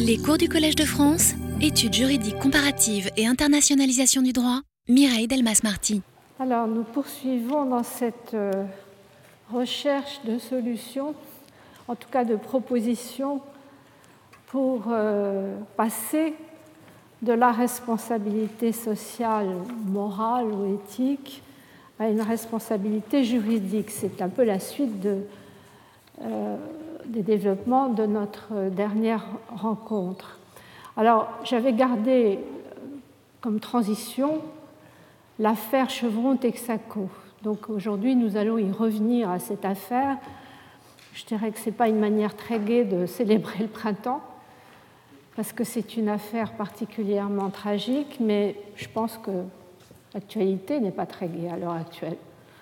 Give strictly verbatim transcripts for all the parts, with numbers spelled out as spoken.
Les cours du Collège de France, études juridiques comparatives et internationalisation du droit, Mireille Delmas-Marty. Alors, nous poursuivons dans cette euh, recherche de solutions, en tout cas de propositions, pour euh, passer de la responsabilité sociale, morale ou éthique à une responsabilité juridique. C'est un peu la suite de, euh, des développements de notre dernière rencontre. Alors, j'avais gardé comme transition l'affaire Chevron-Texaco. Donc aujourd'hui, nous allons y revenir à cette affaire. Je dirais que ce n'est pas une manière très gaie de célébrer le printemps, parce que c'est une affaire particulièrement tragique, mais je pense que l'actualité n'est pas très gaie à l'heure actuelle.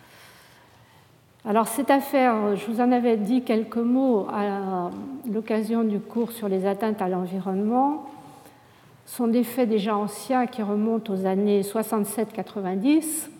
Alors cette affaire, je vous en avais dit quelques mots à l'occasion du cours sur les atteintes à l'environnement, sont des faits déjà anciens qui remontent aux années soixante-sept quatre-vingt-dix,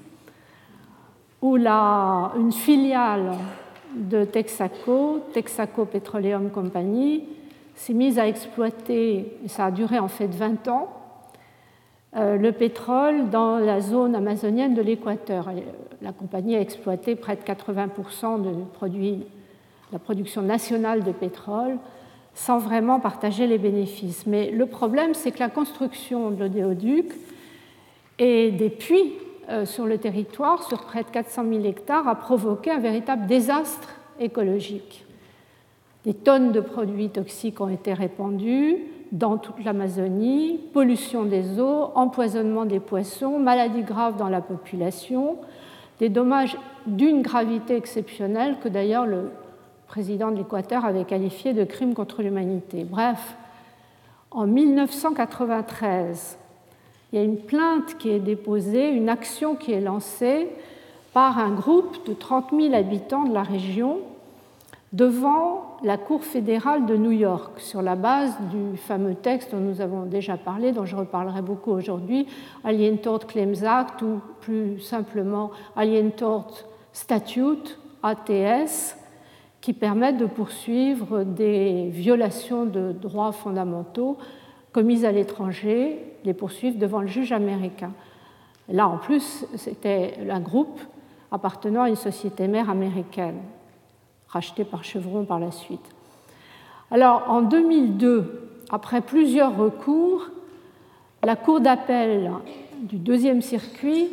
où la, une filiale de Texaco, Texaco Petroleum Company, s'est mise à exploiter, et ça a duré en fait vingt ans, euh, le pétrole dans la zone amazonienne de l'Équateur. La compagnie a exploité près de quatre-vingts pour cent de produits, la production nationale de pétrole, sans vraiment partager les bénéfices. Mais le problème, c'est que la construction de l'odéoduc et des puits euh, sur le territoire, sur près de quatre cent mille hectares, a provoqué un véritable désastre écologique. Des tonnes de produits toxiques ont été répandus dans toute l'Amazonie, pollution des eaux, empoisonnement des poissons, maladies graves dans la population, des dommages d'une gravité exceptionnelle que d'ailleurs le président de l'Équateur avait qualifié de crime contre l'humanité. Bref, en mille neuf cent quatre-vingt-treize, il y a une plainte qui est déposée, une action qui est lancée par un groupe de trente mille habitants de la région devant la Cour fédérale de New York, sur la base du fameux texte dont nous avons déjà parlé, dont je reparlerai beaucoup aujourd'hui, Alien Tort Claims Act, ou plus simplement Alien Tort Statute, A T S, qui permettent de poursuivre des violations de droits fondamentaux commises à l'étranger, les poursuivre devant le juge américain. Là, en plus, c'était un groupe appartenant à une société mère américaine, rachetée par Chevron par la suite. Alors, en deux mille deux, après plusieurs recours, la Cour d'appel du deuxième circuit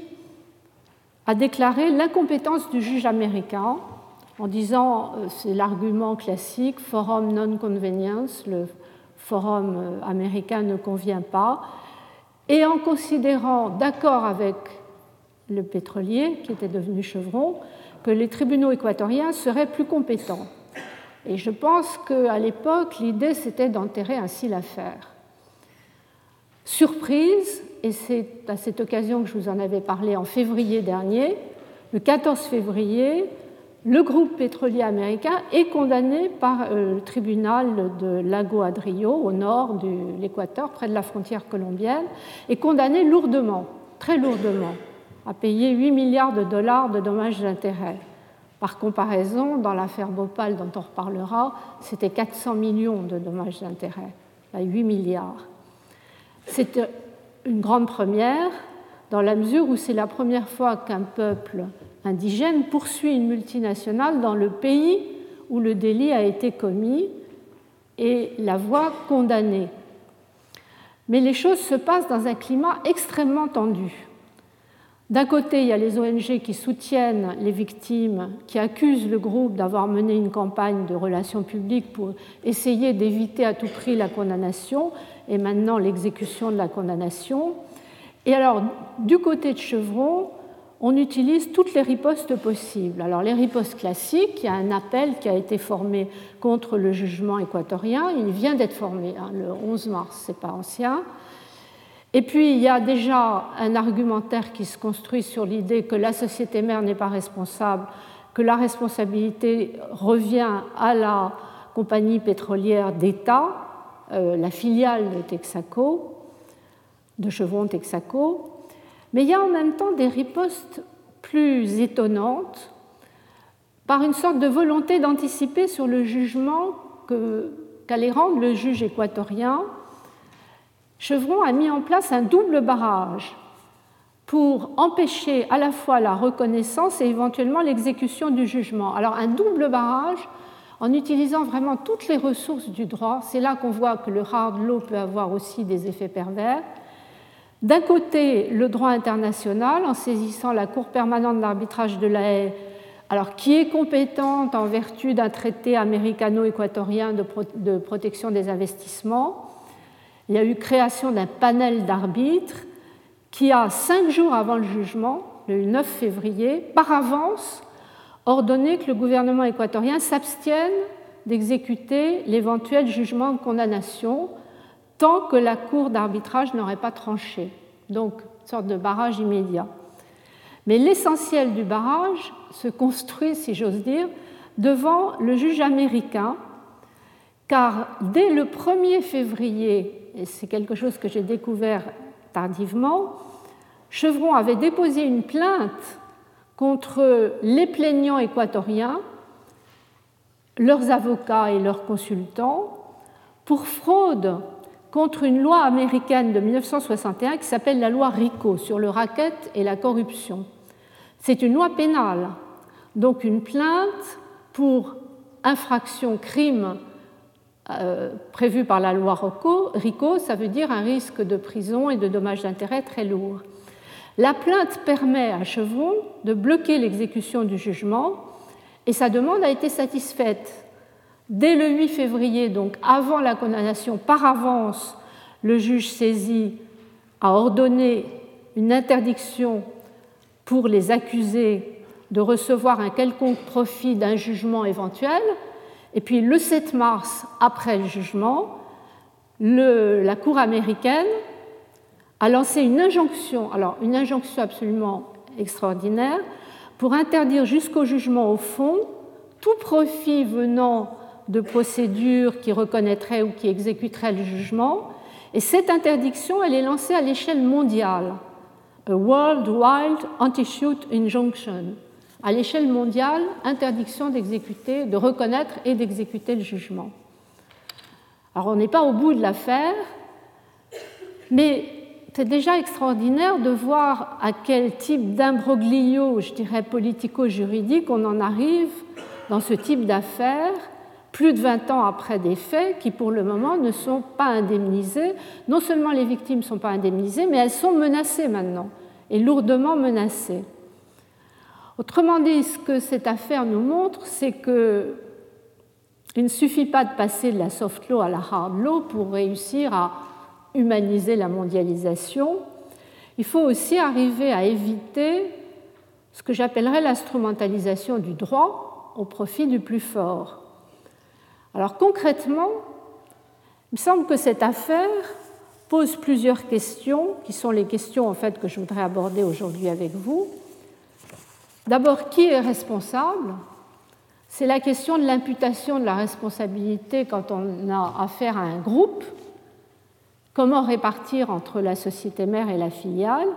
a déclaré l'incompétence du juge américain en disant, c'est l'argument classique, forum non-convenience, le forum américain ne convient pas, et en considérant, d'accord avec le pétrolier, qui était devenu Chevron, que les tribunaux équatoriens seraient plus compétents. Et je pense qu'à l'époque, l'idée, c'était d'enterrer ainsi l'affaire. Surprise, et c'est à cette occasion que je vous en avais parlé en février dernier, le quatorze février, le groupe pétrolier américain est condamné par le tribunal de Lago Adrio, au nord de l'Équateur, près de la frontière colombienne, est condamné lourdement, très lourdement, à payer huit milliards de dollars de dommages et intérêts. Par comparaison, dans l'affaire Bhopal, dont on reparlera, c'était quatre cents millions de dommages et intérêts, à huit milliards. C'est une grande première, dans la mesure où c'est la première fois qu'un peuple indigène poursuit une multinationale dans le pays où le délit a été commis et la voit condamnée. Mais les choses se passent dans un climat extrêmement tendu. D'un côté, il y a les O N G qui soutiennent les victimes, qui accusent le groupe d'avoir mené une campagne de relations publiques pour essayer d'éviter à tout prix la condamnation et maintenant l'exécution de la condamnation. Et alors, du côté de Chevron, on utilise toutes les ripostes possibles. Alors, les ripostes classiques, il y a un appel qui a été formé contre le jugement équatorien. Il vient d'être formé hein, le onze mars, ce n'est pas ancien. Et puis, il y a déjà un argumentaire qui se construit sur l'idée que la société mère n'est pas responsable, que la responsabilité revient à la compagnie pétrolière d'État, euh, la filiale de Texaco, de Chevron Texaco. Mais il y a en même temps des ripostes plus étonnantes par une sorte de volonté d'anticiper sur le jugement que, qu'allait rendre le juge équatorien Chevron a mis en place un double barrage pour empêcher à la fois la reconnaissance et éventuellement l'exécution du jugement. Alors un double barrage en utilisant vraiment toutes les ressources du droit. C'est là qu'on voit que le hard law peut avoir aussi des effets pervers. D'un côté, le droit international, en saisissant la Cour permanente d'arbitrage de La Haye, alors, qui est compétente en vertu d'un traité américano-équatorien de, pro de protection des investissements. Il y a eu création d'un panel d'arbitres qui a, cinq jours avant le jugement, le neuf février, par avance, ordonné que le gouvernement équatorien s'abstienne d'exécuter l'éventuel jugement de condamnation tant que la Cour d'arbitrage n'aurait pas tranché. Donc, une sorte de barrage immédiat. Mais l'essentiel du barrage se construit, si j'ose dire, devant le juge américain, car dès le premier février, et c'est quelque chose que j'ai découvert tardivement, Chevron avait déposé une plainte contre les plaignants équatoriens, leurs avocats et leurs consultants, pour fraude contre une loi américaine de mille neuf cent soixante et un qui s'appelle la loi RICO sur le racket et la corruption. C'est une loi pénale, donc une plainte pour infraction, crime euh, prévu par la loi RICO, ça veut dire un risque de prison et de dommages d'intérêt très lourd. La plainte permet à Chevron de bloquer l'exécution du jugement et sa demande a été satisfaite. Dès le huit février, donc avant la condamnation, par avance, le juge saisi a ordonné une interdiction pour les accusés de recevoir un quelconque profit d'un jugement éventuel. Et puis le sept mars, après le jugement, le, la Cour américaine a lancé une injonction, alors une injonction absolument extraordinaire, pour interdire jusqu'au jugement au fond tout profit venant de procédures qui reconnaîtraient ou qui exécuteraient le jugement. Et cette interdiction, elle est lancée à l'échelle mondiale. A Worldwide Anti-Suit Injunction. À l'échelle mondiale, interdiction d'exécuter, de reconnaître et d'exécuter le jugement. Alors on n'est pas au bout de l'affaire, mais c'est déjà extraordinaire de voir à quel type d'imbroglio, je dirais politico-juridique, on en arrive dans ce type d'affaires, plus de vingt ans après des faits qui, pour le moment, ne sont pas indemnisés. Non seulement les victimes ne sont pas indemnisées, mais elles sont menacées maintenant, et lourdement menacées. Autrement dit, ce que cette affaire nous montre, c'est qu'il ne suffit pas de passer de la soft law à la hard law pour réussir à humaniser la mondialisation. Il faut aussi arriver à éviter ce que j'appellerais l'instrumentalisation du droit au profit du plus fort. Alors concrètement, il me semble que cette affaire pose plusieurs questions, qui sont les questions en fait que je voudrais aborder aujourd'hui avec vous. D'abord, qui est responsable? C'est la question de l'imputation de la responsabilité quand on a affaire à un groupe. Comment répartir entre la société mère et la filiale?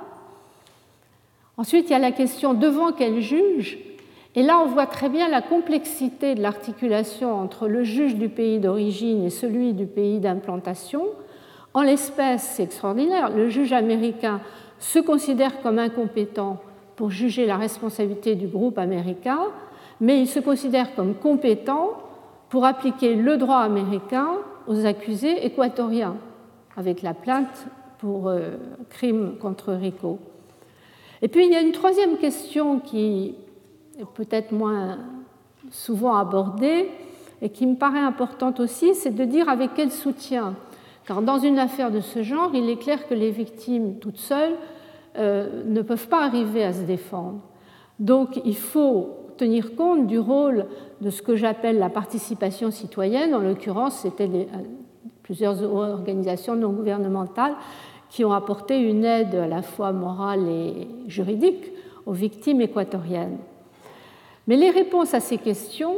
Ensuite, il y a la question devant quel juge? Et là, on voit très bien la complexité de l'articulation entre le juge du pays d'origine et celui du pays d'implantation. En l'espèce, c'est extraordinaire, le juge américain se considère comme incompétent pour juger la responsabilité du groupe américain, mais il se considère comme compétent pour appliquer le droit américain aux accusés équatoriens, avec la plainte pour euh, crime contre RICO. Et puis, il y a une troisième question qui est peut-être moins souvent abordée et qui me paraît importante aussi, c'est de dire avec quel soutien. Car dans une affaire de ce genre, il est clair que les victimes toutes seules euh, ne peuvent pas arriver à se défendre. Donc, il faut tenir compte du rôle de ce que j'appelle la participation citoyenne. En l'occurrence, c'était des, plusieurs organisations non gouvernementales qui ont apporté une aide à la fois morale et juridique aux victimes équatoriennes. Mais les réponses à ces questions,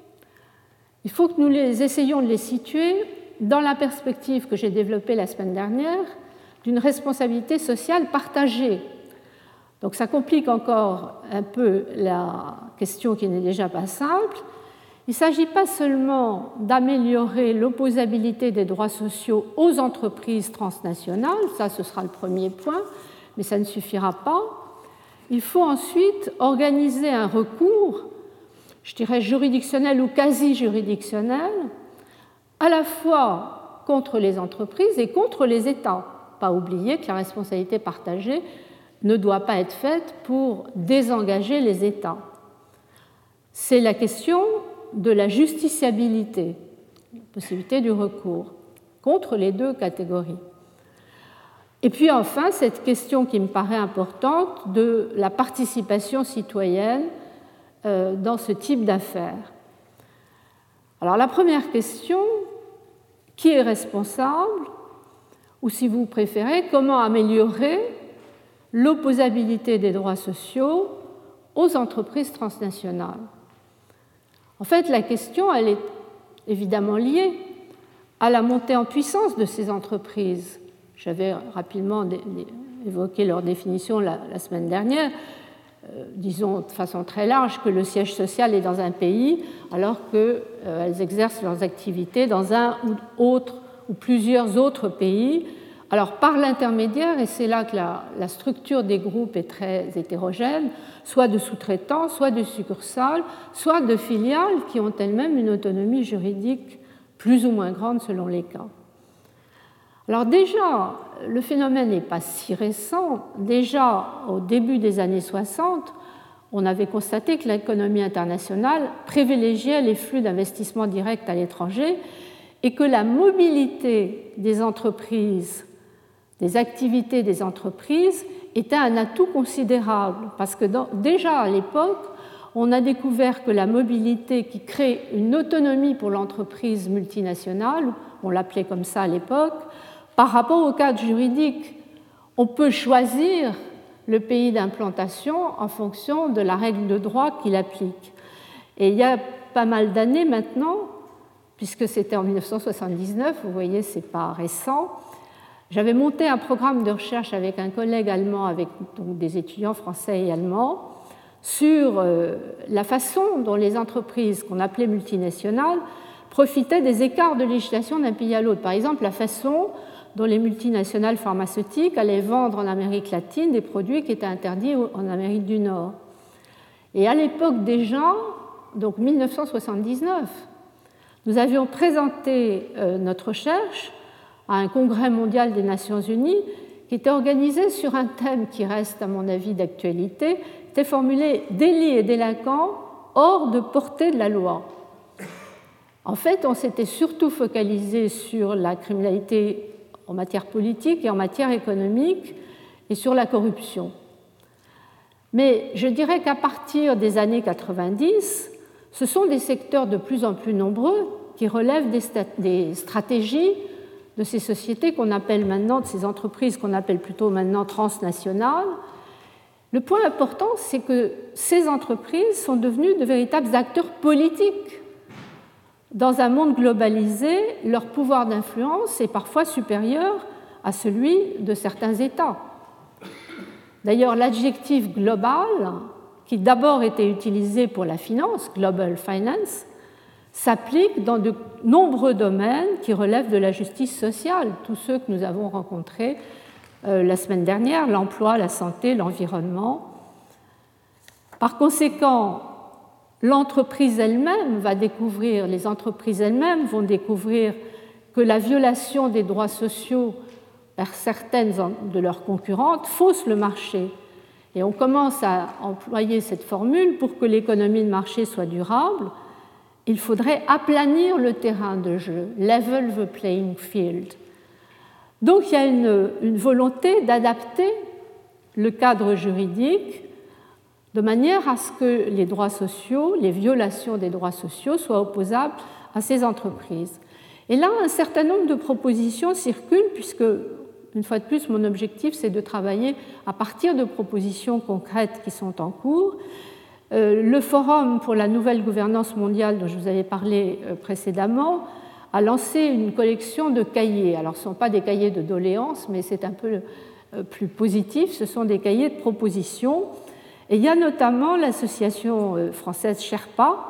il faut que nous les essayions de les situer dans la perspective que j'ai développée la semaine dernière d'une responsabilité sociale partagée. Donc ça complique encore un peu la question qui n'est déjà pas simple. Il ne s'agit pas seulement d'améliorer l'opposabilité des droits sociaux aux entreprises transnationales, ça ce sera le premier point, mais ça ne suffira pas. Il faut ensuite organiser un recours, je dirais juridictionnel ou quasi-juridictionnel, à la fois contre les entreprises et contre les États. Pas oublier que la responsabilité partagée ne doit pas être faite pour désengager les États. C'est la question de la justiciabilité, la possibilité du recours contre les deux catégories. Et puis enfin, cette question qui me paraît importante de la participation citoyenne dans ce type d'affaires. Alors la première question, qui est responsable? Ou si vous préférez, comment améliorer l'opposabilité des droits sociaux aux entreprises transnationales? En fait, la question, elle est évidemment liée à la montée en puissance de ces entreprises. J'avais rapidement évoqué leur définition la, la semaine dernière. Euh, disons de façon très large que le siège social est dans un pays alors qu'elles euh, exercent leurs activités dans un ou autre ou plusieurs autres pays. Alors par l'intermédiaire, et c'est là que la, la structure des groupes est très hétérogène, soit de sous-traitants, soit de succursales, soit de filiales qui ont elles-mêmes une autonomie juridique plus ou moins grande selon les cas. Alors déjà, le phénomène n'est pas si récent. Déjà, au début des années soixante, on avait constaté que l'économie internationale privilégiait les flux d'investissement direct à l'étranger et que la mobilité des entreprises, des activités des entreprises, était un atout considérable. Parce que dans, déjà à l'époque, on a découvert que la mobilité qui crée une autonomie pour l'entreprise multinationale, on l'appelait comme ça à l'époque, par rapport au cadre juridique, on peut choisir le pays d'implantation en fonction de la règle de droit qu'il applique. Et il y a pas mal d'années maintenant, puisque c'était en mille neuf cent soixante-dix-neuf, vous voyez, ce n'est pas récent, j'avais monté un programme de recherche avec un collègue allemand, avec donc, des étudiants français et allemands, sur euh, la façon dont les entreprises qu'on appelait multinationales profitaient des écarts de législation d'un pays à l'autre. Par exemple, la façon dont les multinationales pharmaceutiques allaient vendre en Amérique latine des produits qui étaient interdits en Amérique du Nord. Et à l'époque déjà, donc mille neuf cent soixante-dix-neuf, nous avions présenté euh, notre recherche à un congrès mondial des Nations Unies qui était organisé sur un thème qui reste, à mon avis, d'actualité, était formulé « Délits et délinquants hors de portée de la loi ». En fait, on s'était surtout focalisé sur la criminalité en matière politique et en matière économique et sur la corruption. Mais je dirais qu'à partir des années quatre-vingt-dix, ce sont des secteurs de plus en plus nombreux qui relèvent des, des stratégies de ces sociétés qu'on appelle maintenant, de ces entreprises qu'on appelle plutôt maintenant transnationales. Le point important, c'est que ces entreprises sont devenues de véritables acteurs politiques. Dans un monde globalisé, leur pouvoir d'influence est parfois supérieur à celui de certains États. D'ailleurs, l'adjectif global, qui d'abord était utilisé pour la finance, global finance, s'applique dans de nombreux domaines qui relèvent de la justice sociale, tous ceux que nous avons rencontrés euh, la semaine dernière, l'emploi, la santé, l'environnement. Par conséquent, l'entreprise elle-même va découvrir, les entreprises elles-mêmes vont découvrir que la violation des droits sociaux par certaines de leurs concurrentes fausse le marché. Et on commence à employer cette formule pour que l'économie de marché soit durable. Il faudrait aplanir le terrain de jeu, level the playing field. Donc il y a une, une volonté d'adapter le cadre juridique de manière à ce que les droits sociaux, les violations des droits sociaux soient opposables à ces entreprises. Et là, un certain nombre de propositions circulent, puisque, une fois de plus, mon objectif, c'est de travailler à partir de propositions concrètes qui sont en cours. Euh, le Forum pour la nouvelle gouvernance mondiale, dont je vous avais parlé euh, précédemment, a lancé une collection de cahiers. Alors, ce ne sont pas des cahiers de doléances, mais c'est un peu euh, plus positif. Ce sont des cahiers de propositions. Et il y a notamment l'association française Sherpa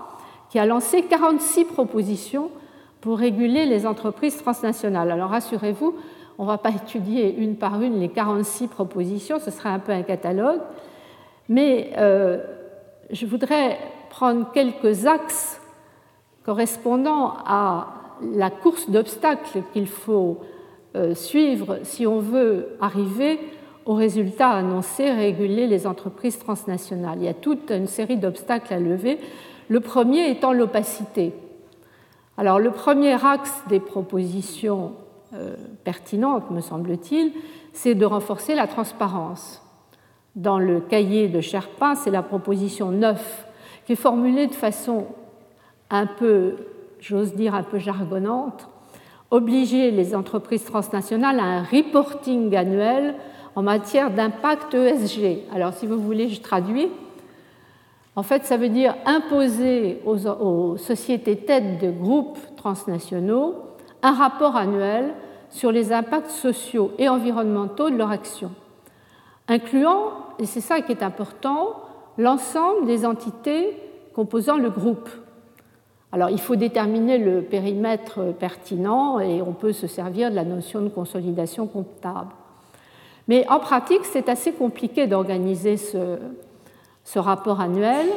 qui a lancé quarante-six propositions pour réguler les entreprises transnationales. Alors rassurez-vous, on ne va pas étudier une par une les quarante-six propositions, ce serait un peu un catalogue, mais euh, je voudrais prendre quelques axes correspondant à la course d'obstacles qu'il faut euh, suivre si on veut arriver au résultat annoncé, réguler les entreprises transnationales. Il y a toute une série d'obstacles à lever, le premier étant l'opacité. Alors, le premier axe des propositions euh, pertinentes, me semble-t-il, c'est de renforcer la transparence. Dans le cahier de Sherpa, c'est la proposition neuf, qui est formulée de façon un peu, j'ose dire, un peu jargonnante, obliger les entreprises transnationales à un reporting annuel en matière d'impact E S G. Alors, si vous voulez, je traduis. En fait, ça veut dire imposer aux, aux sociétés têtes de groupes transnationaux un rapport annuel sur les impacts sociaux et environnementaux de leur action, incluant, et c'est ça qui est important, l'ensemble des entités composant le groupe. Alors, il faut déterminer le périmètre pertinent et on peut se servir de la notion de consolidation comptable. Mais en pratique, c'est assez compliqué d'organiser ce, ce rapport annuel.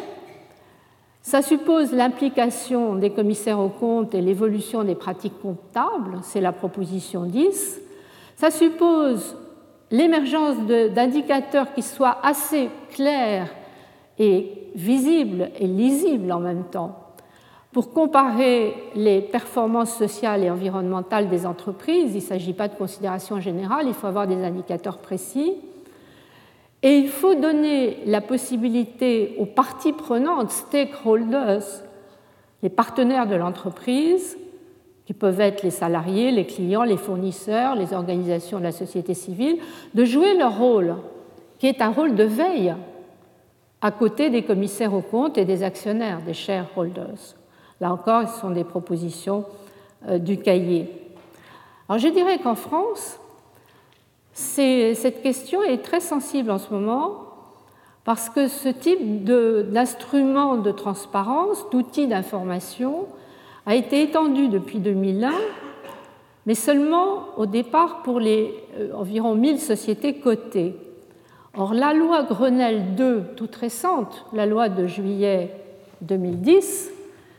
Ça suppose l'implication des commissaires aux comptes et l'évolution des pratiques comptables, c'est la proposition dix. Ça suppose l'émergence d'indicateurs qui soient assez clairs et visibles et lisibles en même temps pour comparer les performances sociales et environnementales des entreprises. Il ne s'agit pas de considérations générales, il faut avoir des indicateurs précis. Et il faut donner la possibilité aux parties prenantes, stakeholders, les partenaires de l'entreprise, qui peuvent être les salariés, les clients, les fournisseurs, les organisations de la société civile, de jouer leur rôle, qui est un rôle de veille, à côté des commissaires aux comptes et des actionnaires, des shareholders. Là encore, ce sont des propositions euh, du cahier. Alors je dirais qu'en France, cette question est très sensible en ce moment parce que ce type d'instrument de, de transparence, d'outil d'information, a été étendu depuis deux mille un, mais seulement au départ pour les euh, environ mille sociétés cotées. Or, la loi Grenelle deux, toute récente, la loi de juillet deux mille dix,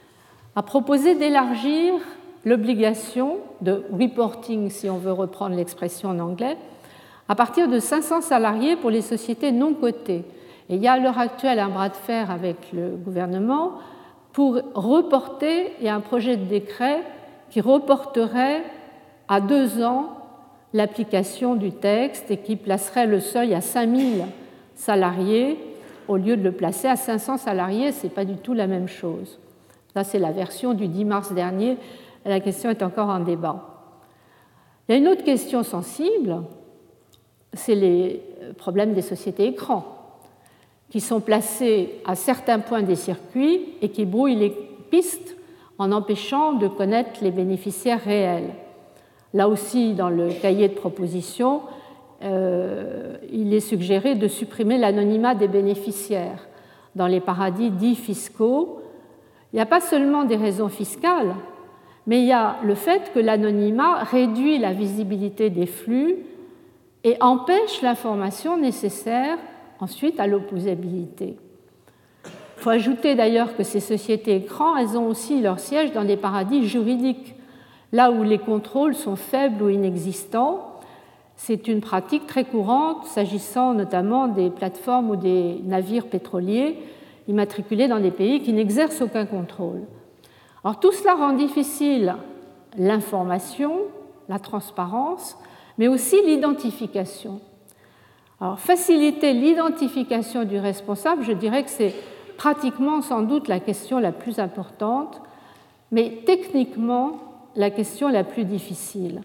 a proposé d'élargir l'obligation de reporting, si on veut reprendre l'expression en anglais, à partir de cinq cents salariés pour les sociétés non cotées. Et il y a à l'heure actuelle un bras de fer avec le gouvernement pour reporter, il y a un projet de décret qui reporterait à deux ans l'application du texte et qui placerait le seuil à cinq mille salariés au lieu de le placer à cinq cents salariés. Ce n'est pas du tout la même chose. Ça, c'est la version du dix mars dernier. La question est encore en débat. Il y a une autre question sensible, c'est les problèmes des sociétés écrans, qui sont placées à certains points des circuits et qui brouillent les pistes en empêchant de connaître les bénéficiaires réels. Là aussi, dans le cahier de proposition, euh, il est suggéré de supprimer l'anonymat des bénéficiaires dans les paradis dits fiscaux. Il n'y a pas seulement des raisons fiscales, mais il y a le fait que l'anonymat réduit la visibilité des flux et empêche l'information nécessaire ensuite à l'opposabilité. Il faut ajouter d'ailleurs que ces sociétés écrans, elles ont aussi leur siège dans des paradis juridiques, là où les contrôles sont faibles ou inexistants. C'est une pratique très courante s'agissant notamment des plateformes ou des navires pétroliers immatriculés dans des pays qui n'exercent aucun contrôle. Alors tout cela rend difficile l'information, la transparence, mais aussi l'identification. Alors faciliter l'identification du responsable, je dirais que c'est pratiquement sans doute la question la plus importante, mais techniquement la question la plus difficile.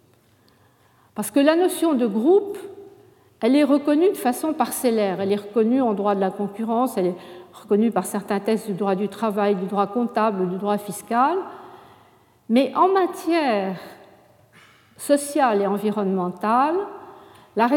Parce que la notion de groupe, elle est reconnue de façon parcellaire, elle est reconnue en droit de la concurrence, elle est reconnue par certains textes du droit du travail, du droit comptable ou du droit fiscal, mais en matière sociale et environnementale, la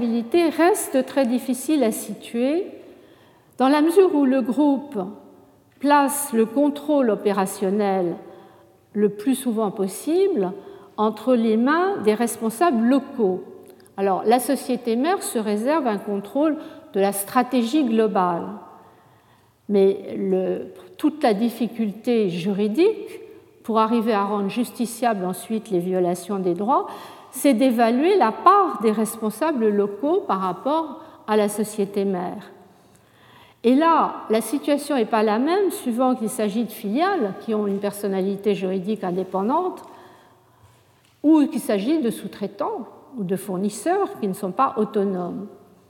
responsabilité reste très difficile à situer dans la mesure où le groupe place le contrôle opérationnel le plus souvent possible entre les mains des responsables locaux. Alors, la société mère se réserve un contrôle de la stratégie globale, mais le, toute la difficulté juridique pour arriver à rendre justiciables ensuite les violations des droits, c'est d'évaluer la part des responsables locaux par rapport à la société mère. Et là, la situation n'est pas la même suivant qu'il s'agit de filiales qui ont une personnalité juridique indépendante ou qu'il s'agit de sous-traitants ou de fournisseurs qui ne sont pas autonomes.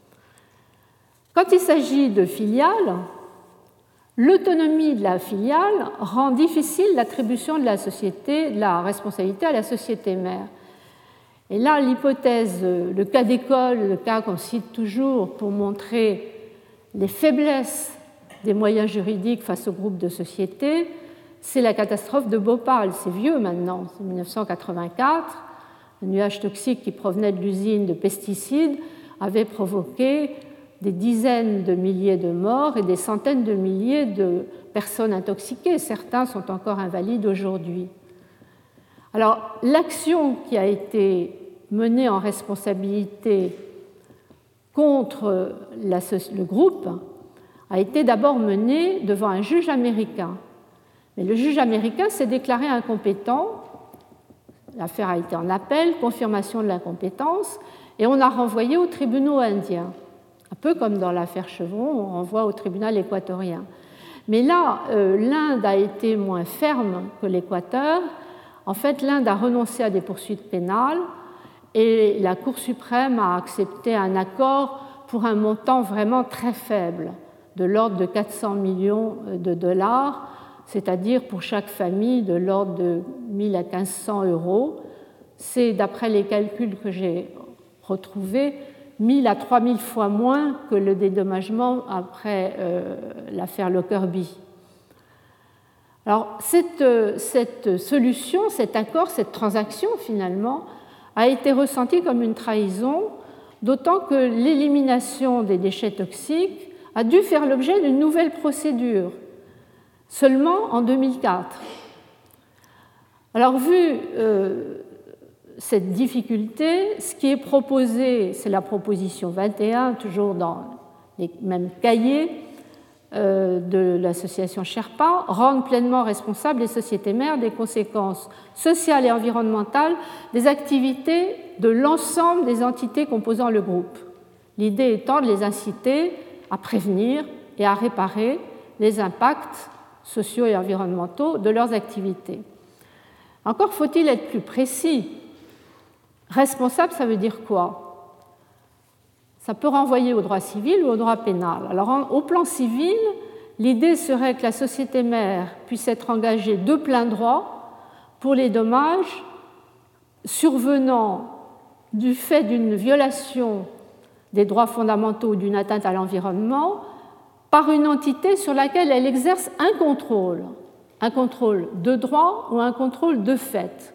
Quand il s'agit de filiales, l'autonomie de la filiale rend difficile l'attribution de la société, de la responsabilité à la société mère. Et là, l'hypothèse, le cas d'école, le cas qu'on cite toujours pour montrer les faiblesses des moyens juridiques face au groupe de sociétés, c'est la catastrophe de Bhopal. C'est vieux maintenant, c'est mille neuf cent quatre-vingt-quatre. Le nuage toxique qui provenait de l'usine de pesticides avait provoqué des dizaines de milliers de morts et des centaines de milliers de personnes intoxiquées. Certains sont encore invalides aujourd'hui. Alors, l'action qui a été menée en responsabilité contre la, le groupe a été d'abord menée devant un juge américain. Mais le juge américain s'est déclaré incompétent. L'affaire a été en appel, confirmation de l'incompétence, et on a renvoyé aux tribunaux indiens. Un peu comme dans l'affaire Chevron, on renvoie au tribunal équatorien. Mais là, euh, l'Inde a été moins ferme que l'Équateur. En fait, l'Inde a renoncé à des poursuites pénales et la Cour suprême a accepté un accord pour un montant vraiment très faible, de l'ordre de quatre cents millions de dollars, c'est-à-dire pour chaque famille de l'ordre de mille à quinze cents euros. C'est, d'après les calculs que j'ai retrouvés, mille à trois mille fois moins que le dédommagement après euh, l'affaire Lockerbie. Alors, cette, cette solution, cet accord, cette transaction, finalement, a été ressentie comme une trahison, d'autant que l'élimination des déchets toxiques a dû faire l'objet d'une nouvelle procédure, seulement en deux mille quatre. Alors, vu euh, cette difficulté, ce qui est proposé, c'est la proposition vingt et un, toujours dans les mêmes cahiers euh, de l'association Sherpa, rendre pleinement responsables les sociétés mères des conséquences sociales et environnementales des activités de l'ensemble des entités composant le groupe. L'idée étant de les inciter à prévenir et à réparer les impacts sociaux et environnementaux de leurs activités. Encore faut-il être plus précis. Responsable, ça veut dire quoi? Ça peut renvoyer au droit civil ou au droit pénal. Alors, au plan civil, l'idée serait que la société mère puisse être engagée de plein droit pour les dommages survenant du fait d'une violation des droits fondamentaux ou d'une atteinte à l'environnement par une entité sur laquelle elle exerce un contrôle, un contrôle de droit ou un contrôle de fait.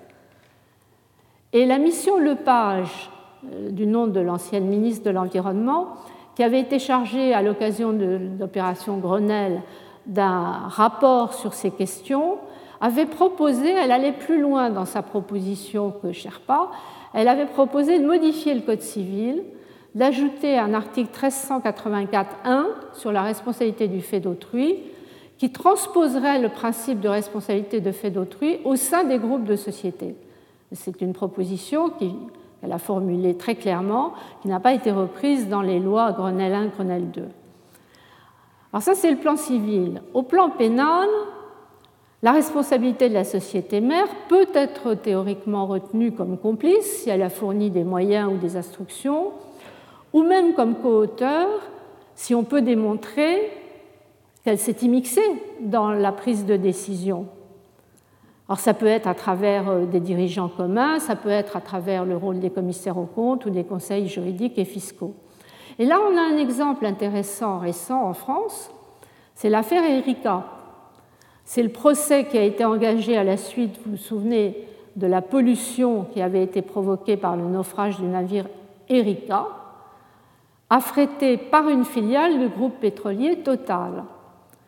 Et la mission Lepage, du nom de l'ancienne ministre de l'Environnement, qui avait été chargée à l'occasion de l'opération Grenelle d'un rapport sur ces questions, avait proposé, elle allait plus loin dans sa proposition que Sherpa, elle avait proposé de modifier le Code civil, d'ajouter un article mille trois cent quatre-vingt-quatre tiret un sur la responsabilité du fait d'autrui, qui transposerait le principe de responsabilité de fait d'autrui au sein des groupes de sociétés. C'est une proposition qu'elle a formulée très clairement, qui n'a pas été reprise dans les lois Grenelle un, Grenelle deux. Alors ça, c'est le plan civil. Au plan pénal, la responsabilité de la société mère peut être théoriquement retenue comme complice si elle a fourni des moyens ou des instructions, ou même comme coauteur si on peut démontrer qu'elle s'est immixée dans la prise de décision. Alors ça peut être à travers des dirigeants communs, ça peut être à travers le rôle des commissaires aux comptes ou des conseils juridiques et fiscaux. Et là, on a un exemple intéressant récent en France, c'est l'affaire Erika. C'est le procès qui a été engagé à la suite, vous vous souvenez, de la pollution qui avait été provoquée par le naufrage du navire Erika, affrété par une filiale du groupe pétrolier Total.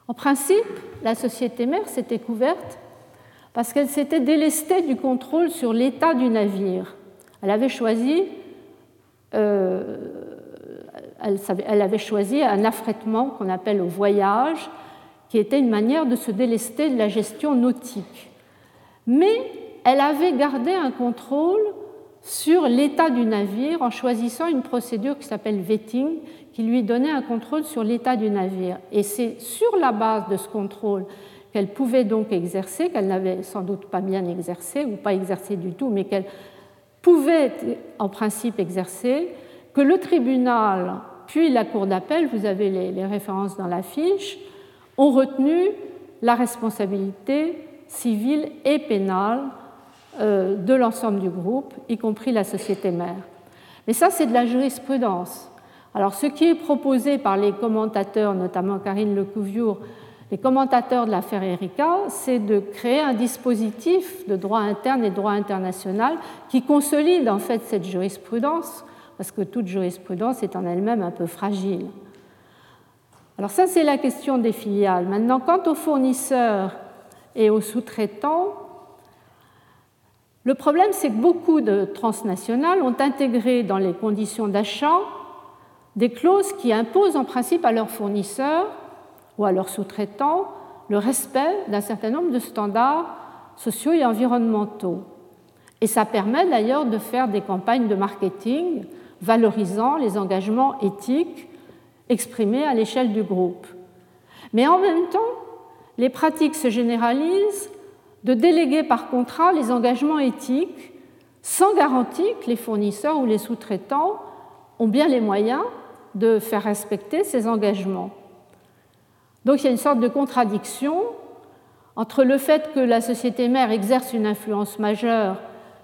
En principe, la société mère s'était couverte parce qu'elle s'était délestée du contrôle sur l'état du navire. Elle avait choisi, euh, elle, savait, elle avait choisi un affrètement qu'on appelle au voyage, qui était une manière de se délester de la gestion nautique. Mais elle avait gardé un contrôle sur l'état du navire en choisissant une procédure qui s'appelle vetting, qui lui donnait un contrôle sur l'état du navire. Et c'est sur la base de ce contrôle qu'elle pouvait donc exercer, qu'elle n'avait sans doute pas bien exercé, ou pas exercé du tout, mais qu'elle pouvait en principe exercer, que le tribunal, puis la cour d'appel, vous avez les, les références dans la fiche, ont retenu la responsabilité civile et pénale euh, de l'ensemble du groupe, y compris la société mère. Mais ça, c'est de la jurisprudence. Alors, ce qui est proposé par les commentateurs, notamment Karine Lecouviure, les commentateurs de l'affaire Erika, c'est de créer un dispositif de droit interne et de droit international qui consolide en fait cette jurisprudence, parce que toute jurisprudence est en elle-même un peu fragile. Alors ça, c'est la question des filiales. Maintenant, quant aux fournisseurs et aux sous-traitants, le problème, c'est que beaucoup de transnationales ont intégré dans les conditions d'achat des clauses qui imposent en principe à leurs fournisseurs ou à leurs sous-traitants le respect d'un certain nombre de standards sociaux et environnementaux. Et ça permet d'ailleurs de faire des campagnes de marketing valorisant les engagements éthiques exprimés à l'échelle du groupe. Mais en même temps, les pratiques se généralisent de déléguer par contrat les engagements éthiques sans garantie que les fournisseurs ou les sous-traitants ont bien les moyens de faire respecter ces engagements. Donc il y a une sorte de contradiction entre le fait que la société mère exerce une influence majeure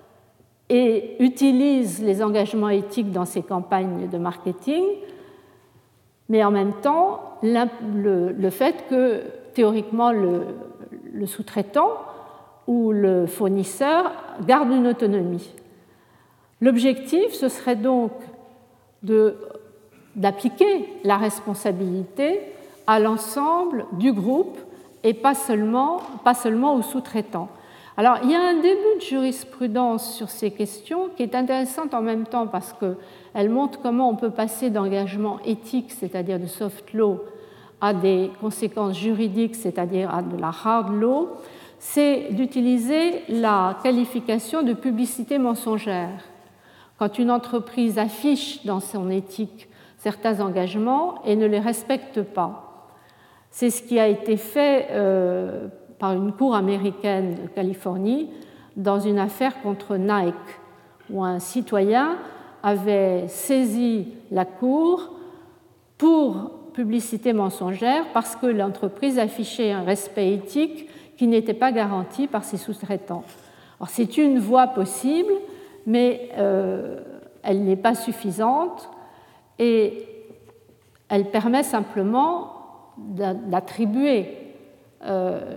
et utilise les engagements éthiques dans ses campagnes de marketing, mais en même temps le, le fait que théoriquement le, le sous-traitant ou le fournisseur garde une autonomie. L'objectif, ce serait donc de, d'appliquer la responsabilité à l'ensemble du groupe et pas seulement, pas seulement aux sous-traitants. Alors, il y a un début de jurisprudence sur ces questions qui est intéressante en même temps parce qu'elle montre comment on peut passer d'engagements éthiques, c'est-à-dire de soft law, à des conséquences juridiques, c'est-à-dire à de la hard law. C'est d'utiliser la qualification de publicité mensongère. Quand une entreprise affiche dans son éthique certains engagements et ne les respecte pas. C'est ce qui a été fait euh, par une cour américaine de Californie dans une affaire contre Nike, où un citoyen avait saisi la cour pour publicité mensongère parce que l'entreprise affichait un respect éthique qui n'était pas garanti par ses sous-traitants. Alors, c'est une voie possible, mais euh, elle n'est pas suffisante et elle permet simplement d'attribuer, euh,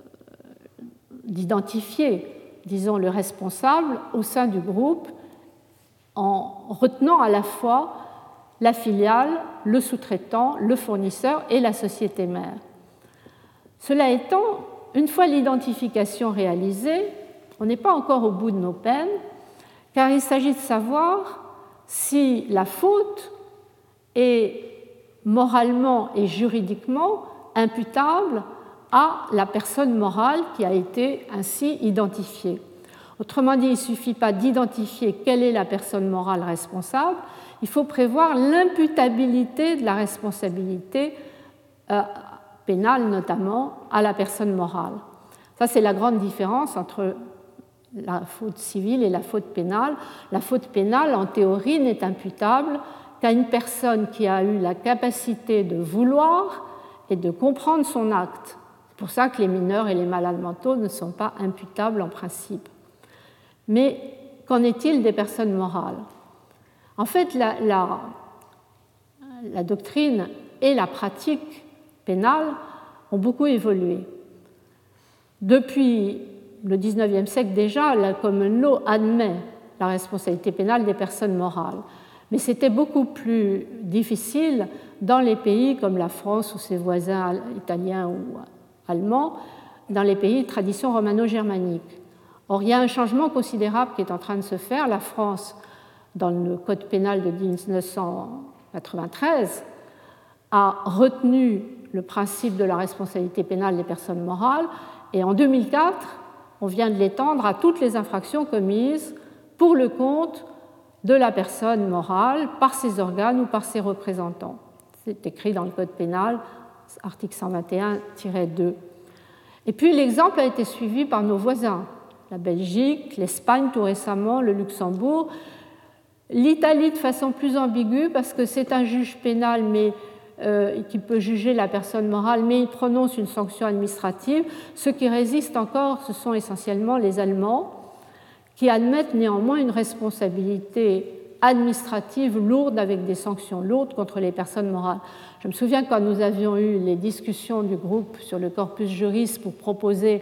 d'identifier, disons, le responsable au sein du groupe en retenant à la fois la filiale, le sous-traitant, le fournisseur et la société mère. Cela étant, une fois l'identification réalisée, on n'est pas encore au bout de nos peines, car il s'agit de savoir si la faute est moralement et juridiquement imputable à la personne morale qui a été ainsi identifiée. Autrement dit, il ne suffit pas d'identifier quelle est la personne morale responsable, il faut prévoir l'imputabilité de la responsabilité euh, pénale, notamment, à la personne morale. Ça, c'est la grande différence entre la faute civile et la faute pénale. La faute pénale, en théorie, n'est imputable qu'à une personne qui a eu la capacité de vouloir et de comprendre son acte. C'est pour ça que les mineurs et les malades mentaux ne sont pas imputables en principe. Mais qu'en est-il des personnes morales ? En fait, la, la, la doctrine et la pratique pénale ont beaucoup évolué. Depuis le dix-neuvième siècle déjà, la common law admet la responsabilité pénale des personnes morales. Mais c'était beaucoup plus difficile dans les pays comme la France ou ses voisins italiens ou allemands, dans les pays de tradition romano-germanique. Or, il y a un changement considérable qui est en train de se faire. La France, dans le Code pénal de mille neuf cent quatre-vingt-treize, a retenu le principe de la responsabilité pénale des personnes morales, et en deux mille quatre, on vient de l'étendre à toutes les infractions commises pour le compte de la personne morale par ses organes ou par ses représentants. C'est écrit dans le Code pénal, article cent vingt et un tiret deux. Et puis l'exemple a été suivi par nos voisins, la Belgique, l'Espagne tout récemment, le Luxembourg, l'Italie de façon plus ambiguë parce que c'est un juge pénal mais, euh, qui peut juger la personne morale, mais il prononce une sanction administrative. Ceux qui résistent encore, ce sont essentiellement les Allemands, qui admettent néanmoins une responsabilité administrative lourde avec des sanctions lourdes contre les personnes morales. Je me souviens quand nous avions eu les discussions du groupe sur le corpus juris pour proposer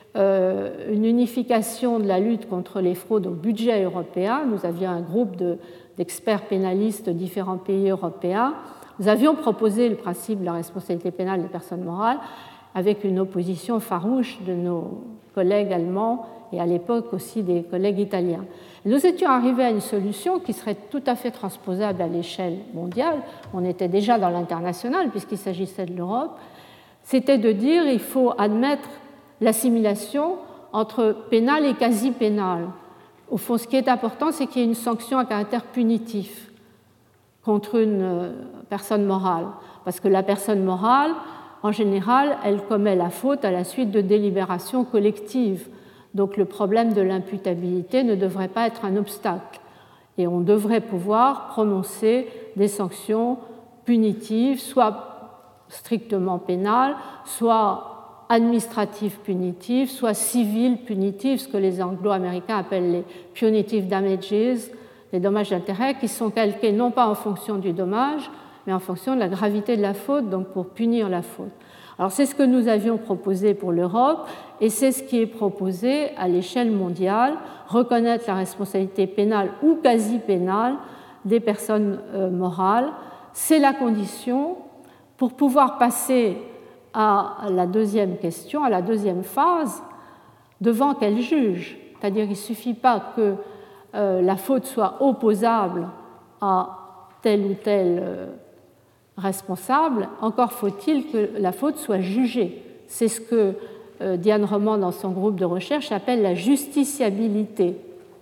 euh, une unification de la lutte contre les fraudes au budget européen, nous avions un groupe de, d'experts pénalistes de différents pays européens, nous avions proposé le principe de la responsabilité pénale des personnes morales avec une opposition farouche de nos collègues allemands et à l'époque aussi des collègues italiens. Nous étions arrivés à une solution qui serait tout à fait transposable à l'échelle mondiale. On était déjà dans l'international puisqu'il s'agissait de l'Europe. C'était de dire qu'il faut admettre l'assimilation entre pénal et quasi-pénal. Au fond, ce qui est important, c'est qu'il y ait une sanction à caractère punitif contre une personne morale. Parce que la personne morale, en général, elle commet la faute à la suite de délibérations collectives. Donc le problème de l'imputabilité ne devrait pas être un obstacle. Et on devrait pouvoir prononcer des sanctions punitives, soit strictement pénales, soit administratives punitives, soit civiles punitives, ce que les anglo-américains appellent les punitive damages, les dommages d'intérêt, qui sont calqués non pas en fonction du dommage, mais en fonction de la gravité de la faute, donc pour punir la faute. Alors c'est ce que nous avions proposé pour l'Europe et c'est ce qui est proposé à l'échelle mondiale, reconnaître la responsabilité pénale ou quasi-pénale des personnes euh, morales. C'est la condition pour pouvoir passer à la deuxième question, à la deuxième phase, devant quel juge. C'est-à-dire qu'il ne suffit pas que euh, la faute soit opposable à tel ou tel euh, responsable, encore faut-il que la faute soit jugée. C'est ce que euh, Diane Roman, dans son groupe de recherche, appelle la justiciabilité.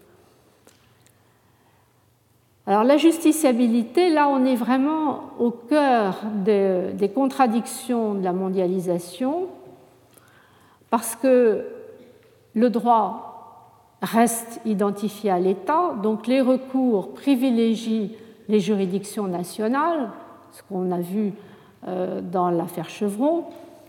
Alors la justiciabilité, là on est vraiment au cœur des, des contradictions de la mondialisation, parce que le droit reste identifié à l'État, donc les recours privilégient les juridictions nationales, ce qu'on a vu dans l'affaire Chevron,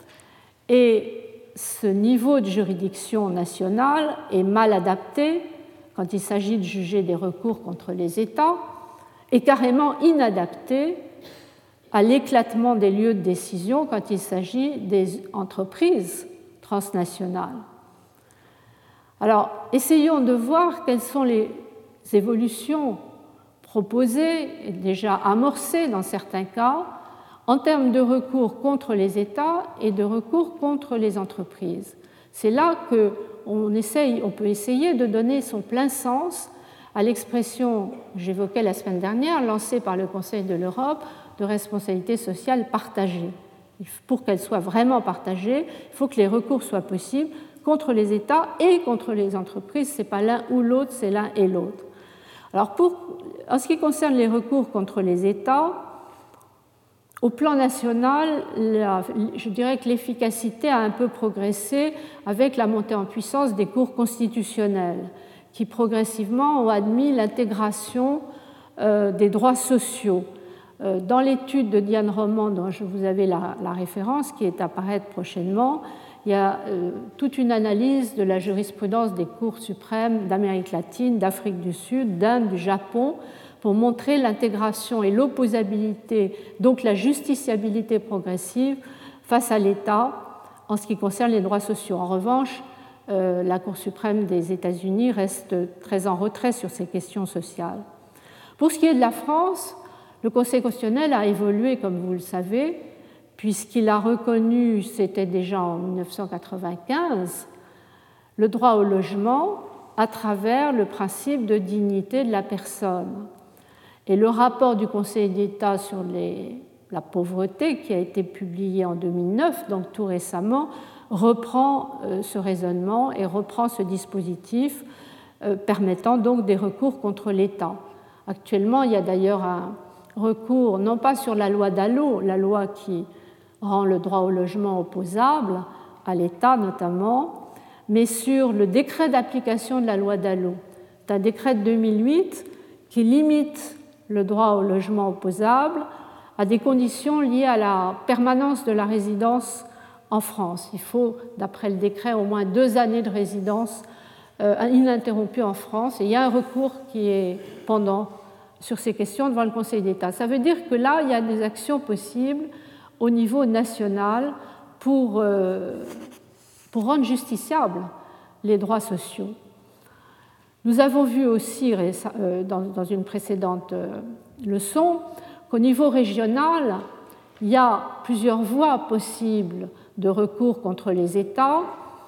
et ce niveau de juridiction nationale est mal adapté quand il s'agit de juger des recours contre les États et carrément inadapté à l'éclatement des lieux de décision quand il s'agit des entreprises transnationales. Alors, essayons de voir quelles sont les évolutions proposées et déjà amorcées dans certains cas en termes de recours contre les États et de recours contre les entreprises. C'est là qu'on essaye, on peut essayer de donner son plein sens à l'expression, j'évoquais la semaine dernière, lancée par le Conseil de l'Europe, de responsabilité sociale partagée. Pour qu'elle soit vraiment partagée, il faut que les recours soient possibles contre les États et contre les entreprises. Ce n'est pas l'un ou l'autre, c'est l'un et l'autre. Alors, pour, en ce qui concerne les recours contre les États, au plan national, la, je dirais que l'efficacité a un peu progressé avec la montée en puissance des cours constitutionnels qui progressivement ont admis l'intégration euh, des droits sociaux. Euh, dans l'étude de Diane Roman, dont je vous avais la, la référence, qui est à paraître prochainement, il y a euh, toute une analyse de la jurisprudence des cours suprêmes d'Amérique latine, d'Afrique du Sud, d'Inde, du Japon, pour montrer l'intégration et l'opposabilité, donc la justiciabilité progressive face à l'État en ce qui concerne les droits sociaux. En revanche, euh, la Cour suprême des États-Unis reste très en retrait sur ces questions sociales. Pour ce qui est de la France, le Conseil constitutionnel a évolué, comme vous le savez, puisqu'il a reconnu, c'était déjà en mille neuf cent quatre-vingt-quinze, le droit au logement à travers le principe de dignité de la personne. Et le rapport du Conseil d'État sur les, la pauvreté, qui a été publié en deux mille neuf, donc tout récemment, reprend euh, ce raisonnement et reprend ce dispositif euh, permettant donc des recours contre l'État. Actuellement, il y a d'ailleurs un recours, non pas sur la loi Dallot, la loi qui rend le droit au logement opposable à l'État notamment, mais sur le décret d'application de la loi Dallot. C'est un décret de deux mille huit qui limite le droit au logement opposable à des conditions liées à la permanence de la résidence en France. Il faut, d'après le décret, au moins deux années de résidence euh, ininterrompue en France. Et il y a un recours qui est pendant sur ces questions devant le Conseil d'État. Ça veut dire que là, il y a des actions possibles au niveau national pour, euh, pour rendre justiciables les droits sociaux. Nous avons vu aussi euh, dans, dans une précédente euh, leçon qu'au niveau régional, il y a plusieurs voies possibles de recours contre les États.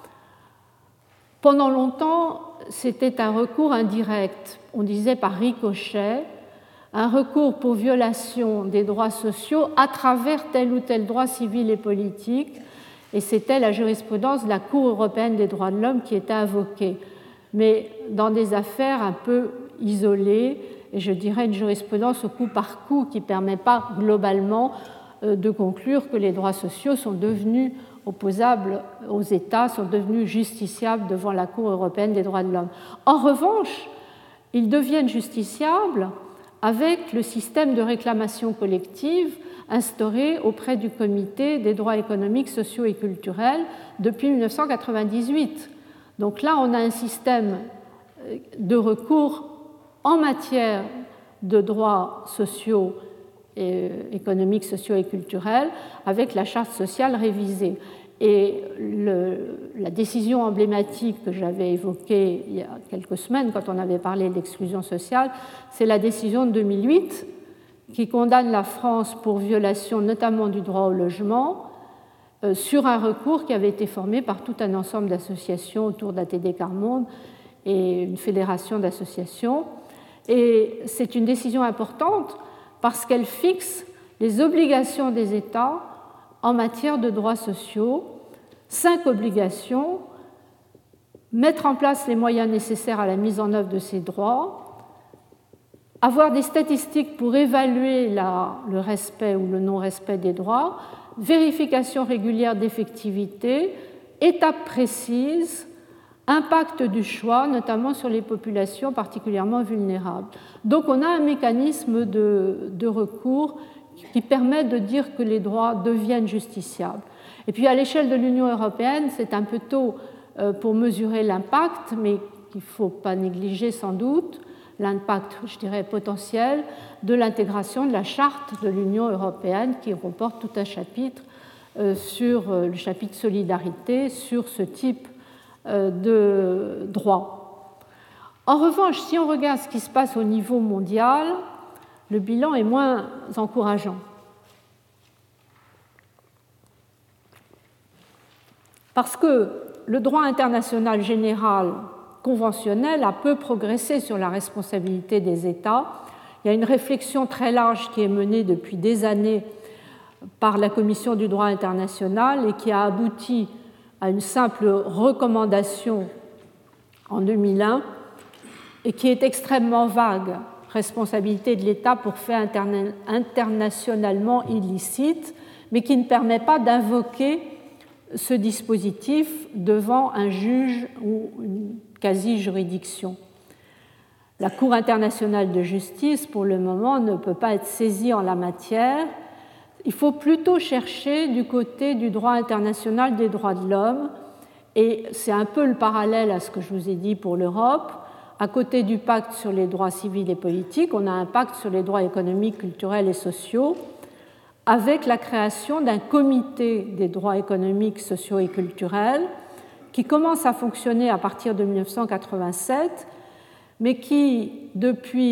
Pendant longtemps, c'était un recours indirect, on disait par ricochet, un recours pour violation des droits sociaux à travers tel ou tel droit civil et politique, et c'était la jurisprudence de la Cour européenne des droits de l'homme qui était invoquée, mais dans des affaires un peu isolées, et je dirais une jurisprudence au coup par coup qui ne permet pas globalement de conclure que les droits sociaux sont devenus opposables aux États, sont devenus justiciables devant la Cour européenne des droits de l'homme. En revanche, ils deviennent justiciables avec le système de réclamation collective instauré auprès du Comité des droits économiques, sociaux et culturels depuis mille neuf cent quatre-vingt-dix-huit. Donc là, on a un système de recours en matière de droits sociaux, et économiques, sociaux et culturels avec la charte sociale révisée. Et le, la décision emblématique que j'avais évoquée il y a quelques semaines quand on avait parlé d'exclusion sociale, c'est la décision de deux mille huit qui condamne la France pour violation notamment du droit au logement euh, sur un recours qui avait été formé par tout un ensemble d'associations autour d'A T D Quart Monde et une fédération d'associations. Et c'est une décision importante parce qu'elle fixe les obligations des États en matière de droits sociaux, cinq obligations: mettre en place les moyens nécessaires à la mise en œuvre de ces droits, avoir des statistiques pour évaluer la, le respect ou le non-respect des droits, vérification régulière d'effectivité, étapes précises, impact du choix, notamment sur les populations particulièrement vulnérables. Donc on a un mécanisme de, de recours qui permet de dire que les droits deviennent justiciables. Et puis à l'échelle de l'Union européenne, c'est un peu tôt pour mesurer l'impact, mais qu'il ne faut pas négliger sans doute, l'impact, je dirais, potentiel de l'intégration de la charte de l'Union européenne qui comporte tout un chapitre sur le chapitre solidarité, sur ce type de droit. En revanche, si on regarde ce qui se passe au niveau mondial, le bilan est moins encourageant. Parce que le droit international général conventionnel a peu progressé sur la responsabilité des États. Il y a une réflexion très large qui est menée depuis des années par la Commission du droit international et qui a abouti à une simple recommandation en deux mille un et qui est extrêmement vague, responsabilité de l'État pour faits interna- internationalement illicites, mais qui ne permet pas d'invoquer ce dispositif devant un juge ou une quasi-juridiction. La Cour internationale de justice, pour le moment, ne peut pas être saisie en la matière. Il faut plutôt chercher du côté du droit international des droits de l'homme, et c'est un peu le parallèle à ce que je vous ai dit pour l'Europe. À côté du pacte sur les droits civils et politiques, on a un pacte sur les droits économiques, culturels et sociaux, avec la création d'un comité des droits économiques, sociaux et culturels qui commence à fonctionner à partir de mille neuf cent quatre-vingt-sept, mais qui, depuis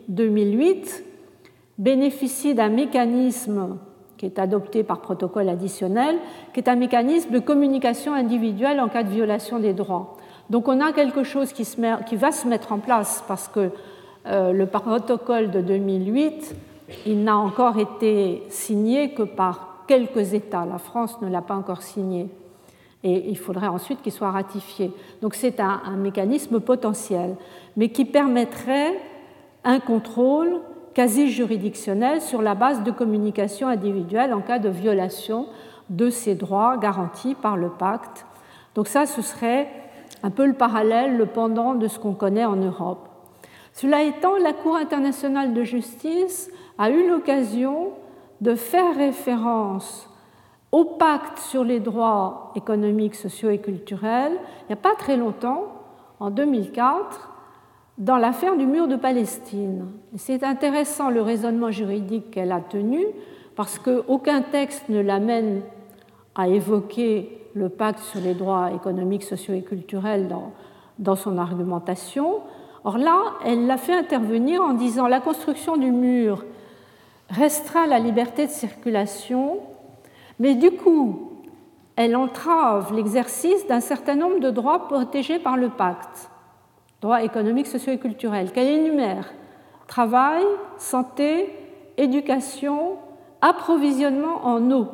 deux mille huit bénéficie d'un mécanisme qui est adopté par protocole additionnel, qui est un mécanisme de communication individuelle en cas de violation des droits. Donc on a quelque chose qui, se met, qui va se mettre en place parce que euh, le protocole de deux mille huit, il n'a encore été signé que par quelques États. La France ne l'a pas encore signé. Et il faudrait ensuite qu'il soit ratifié. Donc c'est un, un mécanisme potentiel, mais qui permettrait un contrôle quasi-juridictionnel sur la base de communication individuelle en cas de violation de ces droits garantis par le pacte. Donc ça, ce serait un peu le parallèle, le pendant de ce qu'on connaît en Europe. Cela étant, la Cour internationale de justice a eu l'occasion de faire référence au pacte sur les droits économiques, sociaux et culturels il n'y a pas très longtemps, en deux mille quatre, dans l'affaire du mur de Palestine. C'est intéressant le raisonnement juridique qu'elle a tenu, parce qu'aucun texte ne l'amène à évoquer le pacte sur les droits économiques, sociaux et culturels dans, dans son argumentation. Or là, elle l'a fait intervenir en disant « La construction du mur restreint la liberté de circulation, mais du coup, elle entrave l'exercice d'un certain nombre de droits protégés par le pacte. » Droits économiques, sociaux et culturels, qu'elle énumère travail, santé, éducation, approvisionnement en eau.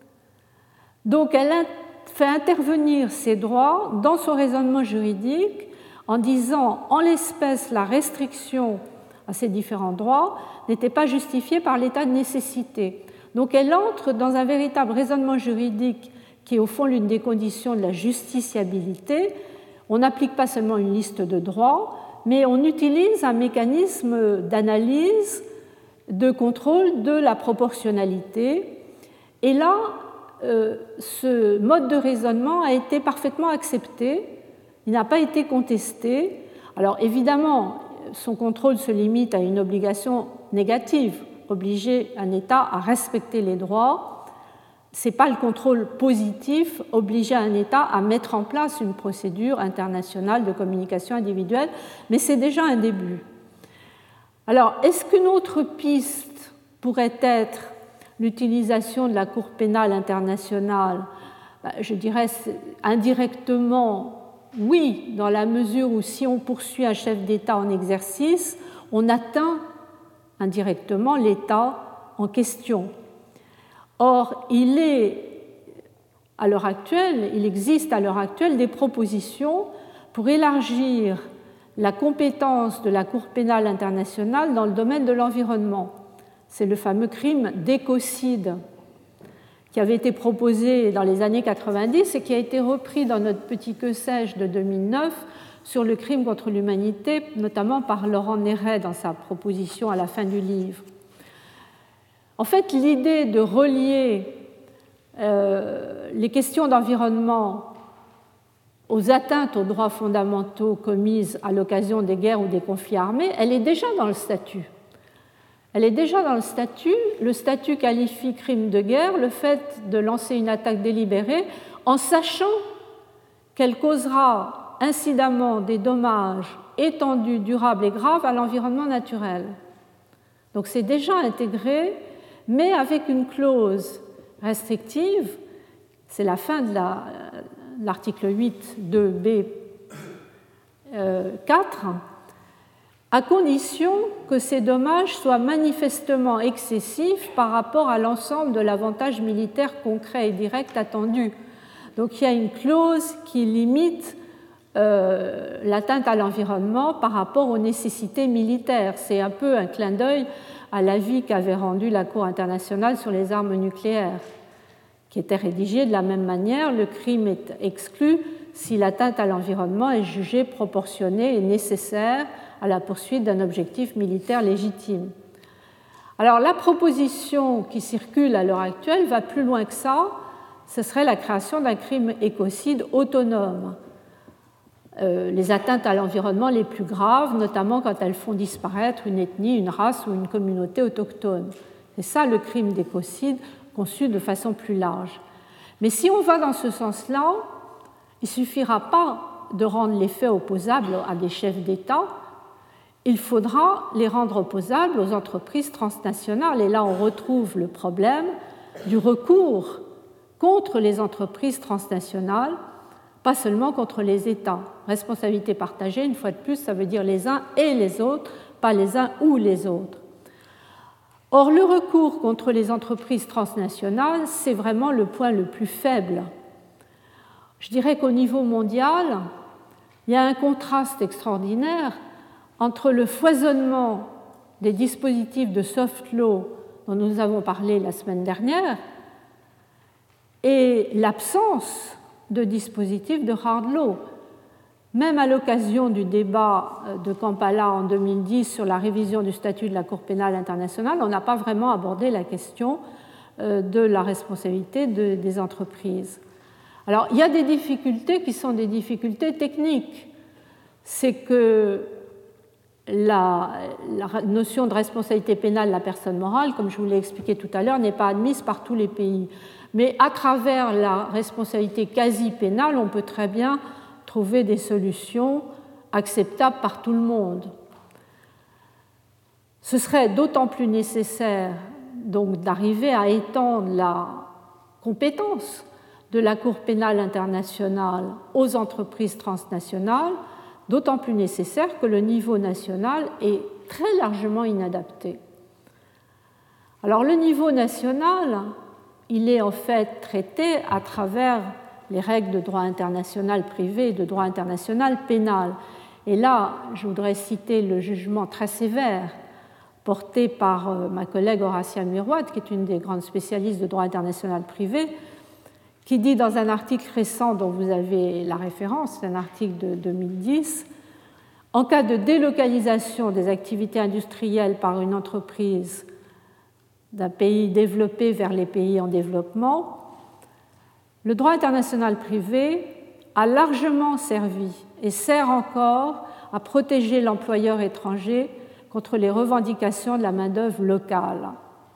Donc elle fait intervenir ces droits dans son raisonnement juridique en disant en l'espèce la restriction à ces différents droits n'était pas justifiée par l'état de nécessité. Donc elle entre dans un véritable raisonnement juridique qui est au fond l'une des conditions de la justiciabilité. On n'applique pas seulement une liste de droits, mais on utilise un mécanisme d'analyse, de contrôle de la proportionnalité. Et là, euh, ce mode de raisonnement a été parfaitement accepté, il n'a pas été contesté. Alors évidemment, son contrôle se limite à une obligation négative, obliger un État à respecter les droits. Ce n'est pas le contrôle positif, obliger un État à mettre en place une procédure internationale de communication individuelle, mais c'est déjà un début. Alors, est-ce qu'une autre piste pourrait être l'utilisation de la Cour pénale internationale? Je dirais indirectement, oui, dans la mesure où si on poursuit un chef d'État en exercice, on atteint indirectement l'État en question. Or, il est, à l'heure actuelle, il existe à l'heure actuelle des propositions pour élargir la compétence de la Cour pénale internationale dans le domaine de l'environnement. C'est le fameux crime d'écocide qui avait été proposé dans les années quatre-vingt-dix et qui a été repris dans notre petit que sais-je de deux mille neuf sur le crime contre l'humanité, notamment par Laurent Néret dans sa proposition à la fin du livre. En fait, l'idée de relier euh, les questions d'environnement aux atteintes aux droits fondamentaux commises à l'occasion des guerres ou des conflits armés, elle est déjà dans le statut. Elle est déjà dans le statut. Le statut qualifie crime de guerre le fait de lancer une attaque délibérée en sachant qu'elle causera incidemment des dommages étendus, durables et graves à l'environnement naturel. Donc c'est déjà intégré, mais avec une clause restrictive, c'est la fin de la, l'article huit deux B quatre, à condition que ces dommages soient manifestement excessifs par rapport à l'ensemble de l'avantage militaire concret et direct attendu. Donc il y a une clause qui limite euh, l'atteinte à l'environnement par rapport aux nécessités militaires. C'est un peu un clin d'œil à l'avis qu'avait rendu la Cour internationale sur les armes nucléaires, qui était rédigé de la même manière. Le crime est exclu si l'atteinte à l'environnement est jugée proportionnée et nécessaire à la poursuite d'un objectif militaire légitime. Alors la proposition qui circule à l'heure actuelle va plus loin que ça, ce serait la création d'un crime écocide autonome. Euh, les atteintes à l'environnement les plus graves, notamment quand elles font disparaître une ethnie, une race ou une communauté autochtone. C'est ça le crime d'écocide conçu de façon plus large. Mais si on va dans ce sens-là, il ne suffira pas de rendre les faits opposables à des chefs d'État, il faudra les rendre opposables aux entreprises transnationales. Et là, on retrouve le problème du recours contre les entreprises transnationales, pas seulement contre les États. Responsabilité partagée, une fois de plus, ça veut dire les uns et les autres, pas les uns ou les autres. Or, le recours contre les entreprises transnationales, c'est vraiment le point le plus faible. Je dirais qu'au niveau mondial, il y a un contraste extraordinaire entre le foisonnement des dispositifs de soft law dont nous avons parlé la semaine dernière et l'absence de dispositifs de hard law. Même à l'occasion du débat de Kampala en deux mille dix sur la révision du statut de la Cour pénale internationale, on n'a pas vraiment abordé la question de la responsabilité de, des entreprises. Alors, il y a des difficultés qui sont des difficultés techniques. C'est que la, la notion de responsabilité pénale de la personne morale, comme je vous l'ai expliqué tout à l'heure, n'est pas admise par tous les pays. Mais à travers la responsabilité quasi-pénale, on peut très bien trouver des solutions acceptables par tout le monde. Ce serait d'autant plus nécessaire donc d'arriver à étendre la compétence de la Cour pénale internationale aux entreprises transnationales, d'autant plus nécessaire que le niveau national est très largement inadapté. Alors le niveau national, il est en fait traité à travers les règles de droit international privé et de droit international pénal. Et là, je voudrais citer le jugement très sévère porté par ma collègue Horatia Muirwatt, qui est une des grandes spécialistes de droit international privé, qui dit dans un article récent dont vous avez la référence, c'est un article de deux mille dix, « En cas de délocalisation des activités industrielles par une entreprise d'un pays développé vers les pays en développement, le droit international privé a largement servi et sert encore à protéger l'employeur étranger contre les revendications de la main-d'œuvre locale. »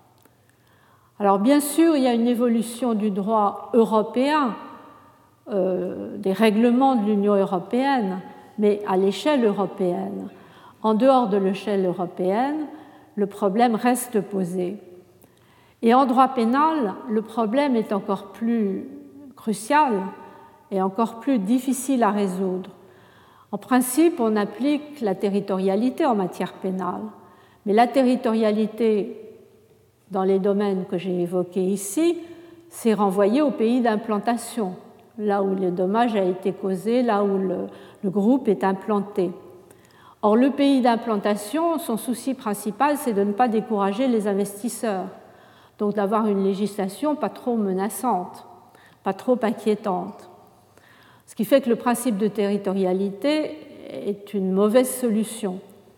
Alors bien sûr, il y a une évolution du droit européen, euh, des règlements de l'Union européenne, mais à l'échelle européenne. En dehors de l'échelle européenne, le problème reste posé. Et en droit pénal, le problème est encore plus crucial et encore plus difficile à résoudre. En principe, on applique la territorialité en matière pénale, mais la territorialité dans les domaines que j'ai évoqués ici, c'est renvoyé au pays d'implantation, là où le dommage a été causé, là où le, le groupe est implanté. Or, le pays d'implantation, son souci principal, c'est de ne pas décourager les investisseurs, donc d'avoir une législation pas trop menaçante, pas trop inquiétante. Ce qui fait que le principe de territorialité est une mauvaise solution.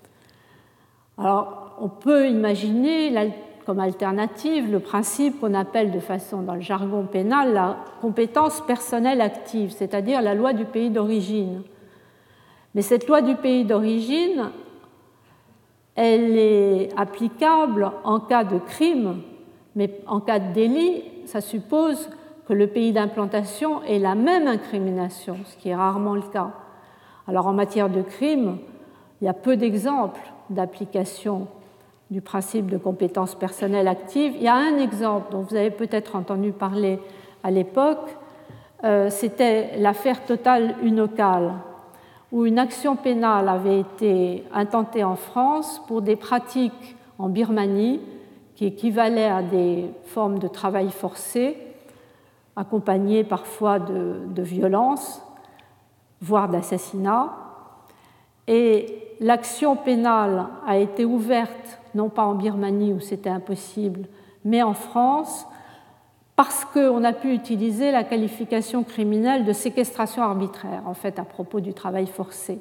Alors, on peut imaginer comme alternative le principe qu'on appelle de façon, dans le jargon pénal, la compétence personnelle active, c'est-à-dire la loi du pays d'origine. Mais cette loi du pays d'origine, elle est applicable en cas de crime, mais en cas de délit, ça suppose que le pays d'implantation ait la même incrimination, ce qui est rarement le cas. Alors en matière de crime, il y a peu d'exemples d'application du principe de compétence personnelle active. Il y a un exemple dont vous avez peut-être entendu parler à l'époque, euh, c'était l'affaire Total Unocal, où une action pénale avait été intentée en France pour des pratiques en Birmanie qui équivalaient à des formes de travail forcé, accompagnées parfois de, de violences, voire d'assassinats. Et l'action pénale a été ouverte, non pas en Birmanie où c'était impossible, mais en France, parce qu'on a pu utiliser la qualification criminelle de séquestration arbitraire, en fait, à propos du travail forcé,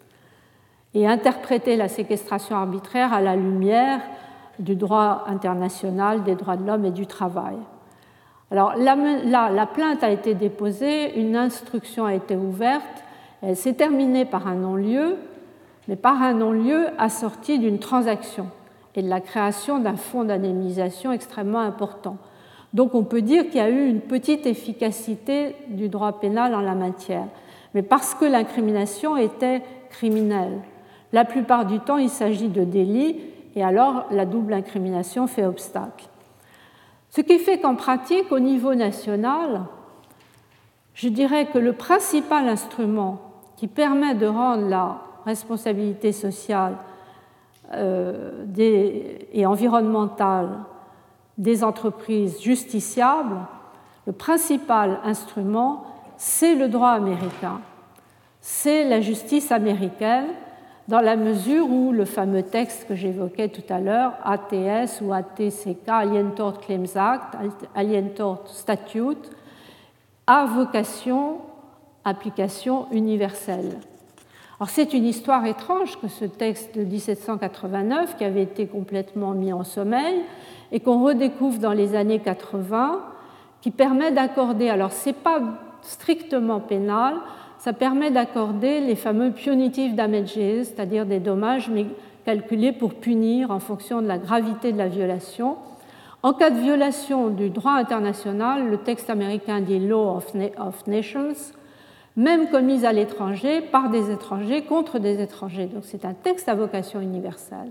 et interpréter la séquestration arbitraire à la lumière du droit international des droits de l'homme et du travail. Alors, la, la, la plainte a été déposée, une instruction a été ouverte, elle s'est terminée par un non-lieu, mais par un non-lieu assorti d'une transaction et de la création d'un fonds d'indemnisation extrêmement important. Donc on peut dire qu'il y a eu une petite efficacité du droit pénal en la matière, mais parce que l'incrimination était criminelle. La plupart du temps, il s'agit de délits, et alors la double incrimination fait obstacle. Ce qui fait qu'en pratique, au niveau national, je dirais que le principal instrument qui permet de rendre la responsabilité sociale euh, des, et environnementale des entreprises justiciables, le principal instrument, c'est le droit américain, c'est la justice américaine, dans la mesure où le fameux texte que j'évoquais tout à l'heure, A T S ou A T C K, Alien Tort Claims Act, Alien Tort Statute, a vocation, application universelle. Alors c'est une histoire étrange que ce texte de dix-sept cent quatre-vingt-neuf, qui avait été complètement mis en sommeil, et qu'on redécouvre dans les années quatre-vingts, qui permet d'accorder, alors ce n'est pas strictement pénal, ça permet d'accorder les fameux punitive damages, c'est-à-dire des dommages mais calculés pour punir en fonction de la gravité de la violation. En cas de violation du droit international, le texte américain dit Law of, Na- of Nations, même commise à l'étranger par des étrangers contre des étrangers. Donc c'est un texte à vocation universelle.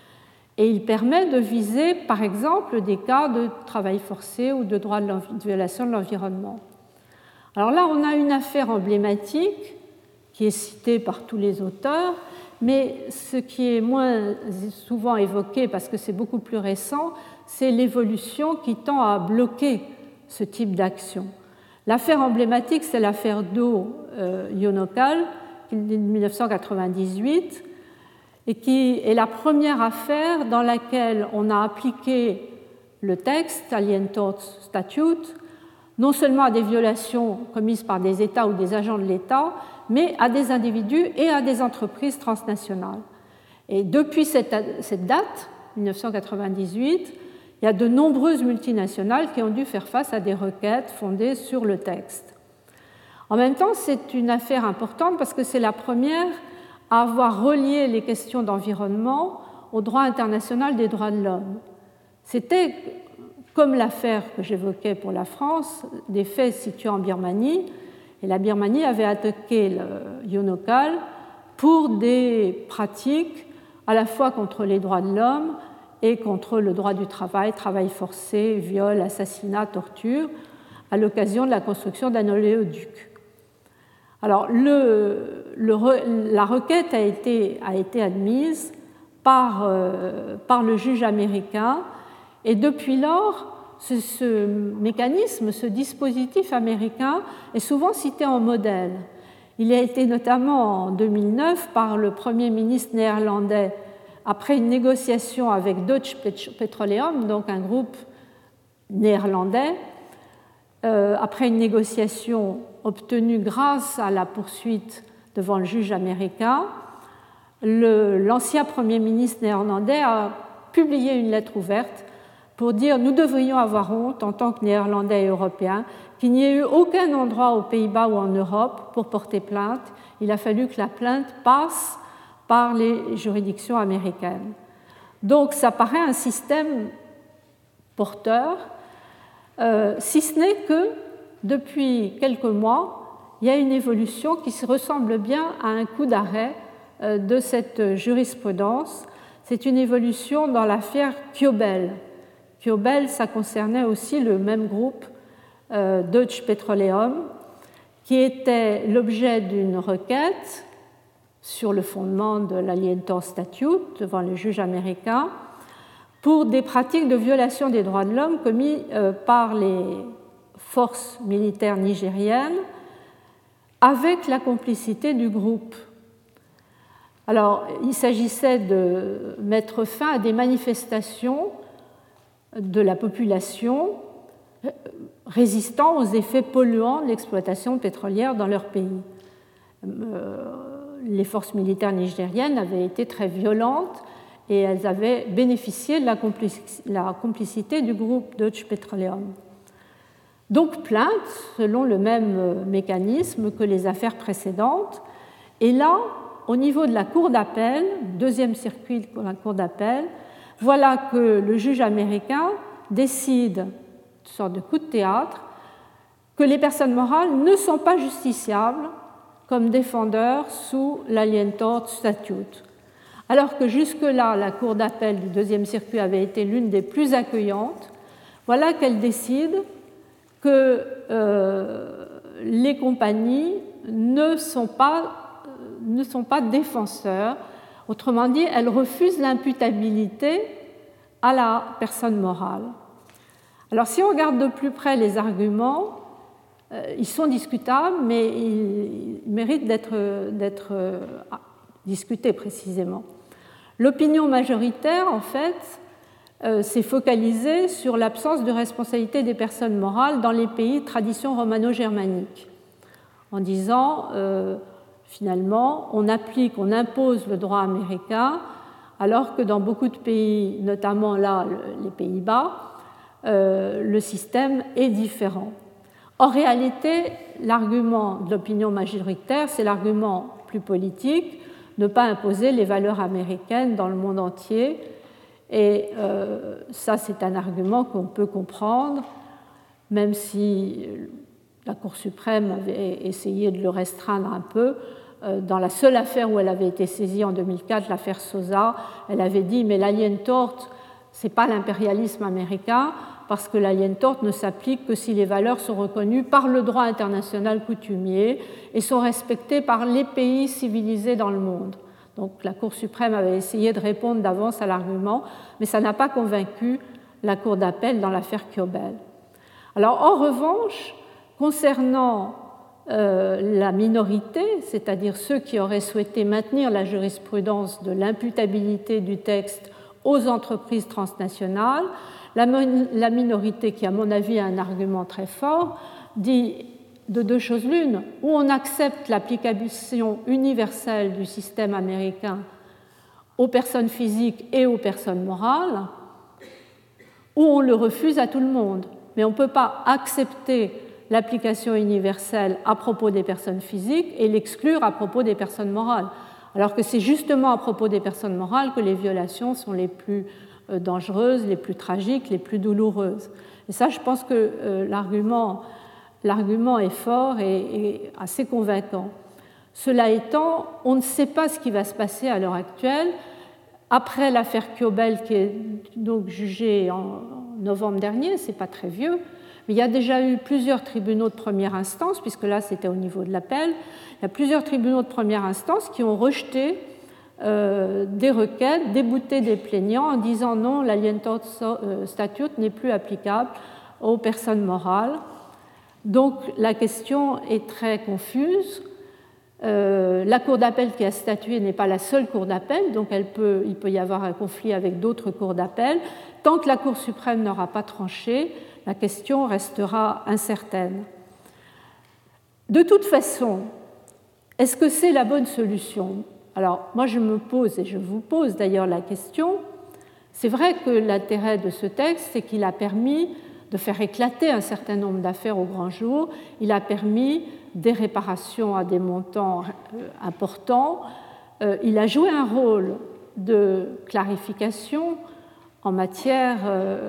Et il permet de viser, par exemple, des cas de travail forcé ou de droit de, de violation de l'environnement. Alors là, on a une affaire emblématique qui est citée par tous les auteurs, mais ce qui est moins souvent évoqué, parce que c'est beaucoup plus récent, c'est l'évolution qui tend à bloquer ce type d'action. L'affaire emblématique, c'est l'affaire Doe euh, Yonocal de mille neuf cent quatre-vingt-dix-huit, et qui est la première affaire dans laquelle on a appliqué le texte Alien Tort Statute non seulement à des violations commises par des États ou des agents de l'État, mais à des individus et à des entreprises transnationales. Et depuis cette date, mille neuf cent quatre-vingt-dix-huit, il y a de nombreuses multinationales qui ont dû faire face à des requêtes fondées sur le texte. En même temps, c'est une affaire importante parce que c'est la première à avoir relié les questions d'environnement au droit international des droits de l'homme. C'était, comme l'affaire que j'évoquais pour la France, des faits situés en Birmanie, et la Birmanie avait attaqué le Yonocal pour des pratiques à la fois contre les droits de l'homme et contre le droit du travail, travail forcé, viol, assassinat, torture, à l'occasion de la construction d'un oléoduc. Alors, le, le, la requête a été, a été admise par, euh, par le juge américain, et depuis lors, ce, ce mécanisme, ce dispositif américain est souvent cité en modèle. Il a été notamment en deux mille neuf par le Premier ministre néerlandais, après une négociation avec Deutsche Petroleum, donc un groupe néerlandais, euh, après une négociation obtenue grâce à la poursuite devant le juge américain, le, l'ancien Premier ministre néerlandais a publié une lettre ouverte pour dire « Nous devrions avoir honte, en tant que Néerlandais et Européens, qu'il n'y ait eu aucun endroit aux Pays-Bas ou en Europe pour porter plainte. Il a fallu que la plainte passe par les juridictions américaines. » Donc ça paraît un système porteur, euh, si ce n'est que depuis quelques mois, il y a une évolution qui se ressemble bien à un coup d'arrêt euh, de cette jurisprudence. C'est une évolution dans l'affaire Kiobel. Kiobel, ça concernait aussi le même groupe, euh, Deutsche Petroleum, qui était l'objet d'une requête sur le fondement de l'Alien Tort Statute devant le juge américain pour des pratiques de violation des droits de l'homme commises euh, par les forces militaires nigériennes avec la complicité du groupe. Alors, il s'agissait de mettre fin à des manifestations de la population résistant aux effets polluants de l'exploitation pétrolière dans leur pays. Les forces militaires nigériennes avaient été très violentes et elles avaient bénéficié de la complicité du groupe Deutsche Petroleum. Donc plainte, selon le même mécanisme que les affaires précédentes. Et là, au niveau de la cour d'appel, deuxième circuit de la cour d'appel, voilà que le juge américain décide, une sorte de coup de théâtre, que les personnes morales ne sont pas justiciables comme défendeurs sous l'Alien Tort Statute. Alors que jusque-là, la Cour d'appel du deuxième circuit avait été l'une des plus accueillantes, voilà qu'elle décide que euh, les compagnies ne sont pas, ne sont pas défenseurs. Autrement dit, elle refuse l'imputabilité à la personne morale. Alors, si on regarde de plus près les arguments, euh, ils sont discutables, mais ils, ils méritent d'être, d'être euh, discutés précisément. L'opinion majoritaire, en fait, euh, s'est focalisée sur l'absence de responsabilité des personnes morales dans les pays de tradition romano-germanique, en disant, euh, finalement, on applique, on impose le droit américain, alors que dans beaucoup de pays, notamment là, les Pays-Bas, euh, le système est différent. En réalité, l'argument de l'opinion majoritaire, c'est l'argument plus politique, ne pas imposer les valeurs américaines dans le monde entier. Et euh, ça, c'est un argument qu'on peut comprendre, même si la Cour suprême avait essayé de le restreindre un peu. Dans la seule affaire où elle avait été saisie en deux mille quatre, l'affaire Sosa, elle avait dit « mais l'alien tort, ce n'est pas l'impérialisme américain, parce que l'alien tort ne s'applique que si les valeurs sont reconnues par le droit international coutumier et sont respectées par les pays civilisés dans le monde ». Donc la Cour suprême avait essayé de répondre d'avance à l'argument, mais ça n'a pas convaincu la Cour d'appel dans l'affaire Kiobel. Alors en revanche, concernant euh, la minorité, c'est-à-dire ceux qui auraient souhaité maintenir la jurisprudence de l'imputabilité du texte aux entreprises transnationales, la, la minorité, qui à mon avis a un argument très fort, dit de deux choses l'une, ou on accepte l'application universelle du système américain aux personnes physiques et aux personnes morales, ou on le refuse à tout le monde. Mais on ne peut pas accepter l'application universelle à propos des personnes physiques et l'exclure à propos des personnes morales, alors que c'est justement à propos des personnes morales que les violations sont les plus dangereuses, les plus tragiques, les plus douloureuses. Et ça, je pense que euh, l'argument, l'argument est fort et, et assez convaincant. Cela étant, on ne sait pas ce qui va se passer à l'heure actuelle. Après l'affaire Kiobel, qui est donc jugée en novembre dernier, ce n'est pas très vieux, mais il y a déjà eu plusieurs tribunaux de première instance, puisque là c'était au niveau de l'appel, il y a plusieurs tribunaux de première instance qui ont rejeté euh, des requêtes, débouté des plaignants en disant non, l'Alien Tort Statute n'est plus applicable aux personnes morales. Donc la question est très confuse. Euh, la Cour d'appel qui a statué n'est pas la seule Cour d'appel, donc elle peut, il peut y avoir un conflit avec d'autres cours d'appel. Tant que la Cour suprême n'aura pas tranché, la question restera incertaine. De toute façon, est-ce que c'est la bonne solution? Alors, moi, je me pose, et je vous pose d'ailleurs la question, c'est vrai que l'intérêt de ce texte, c'est qu'il a permis de faire éclater un certain nombre d'affaires au grand jour, il a permis des réparations à des montants importants, il a joué un rôle de clarification en matière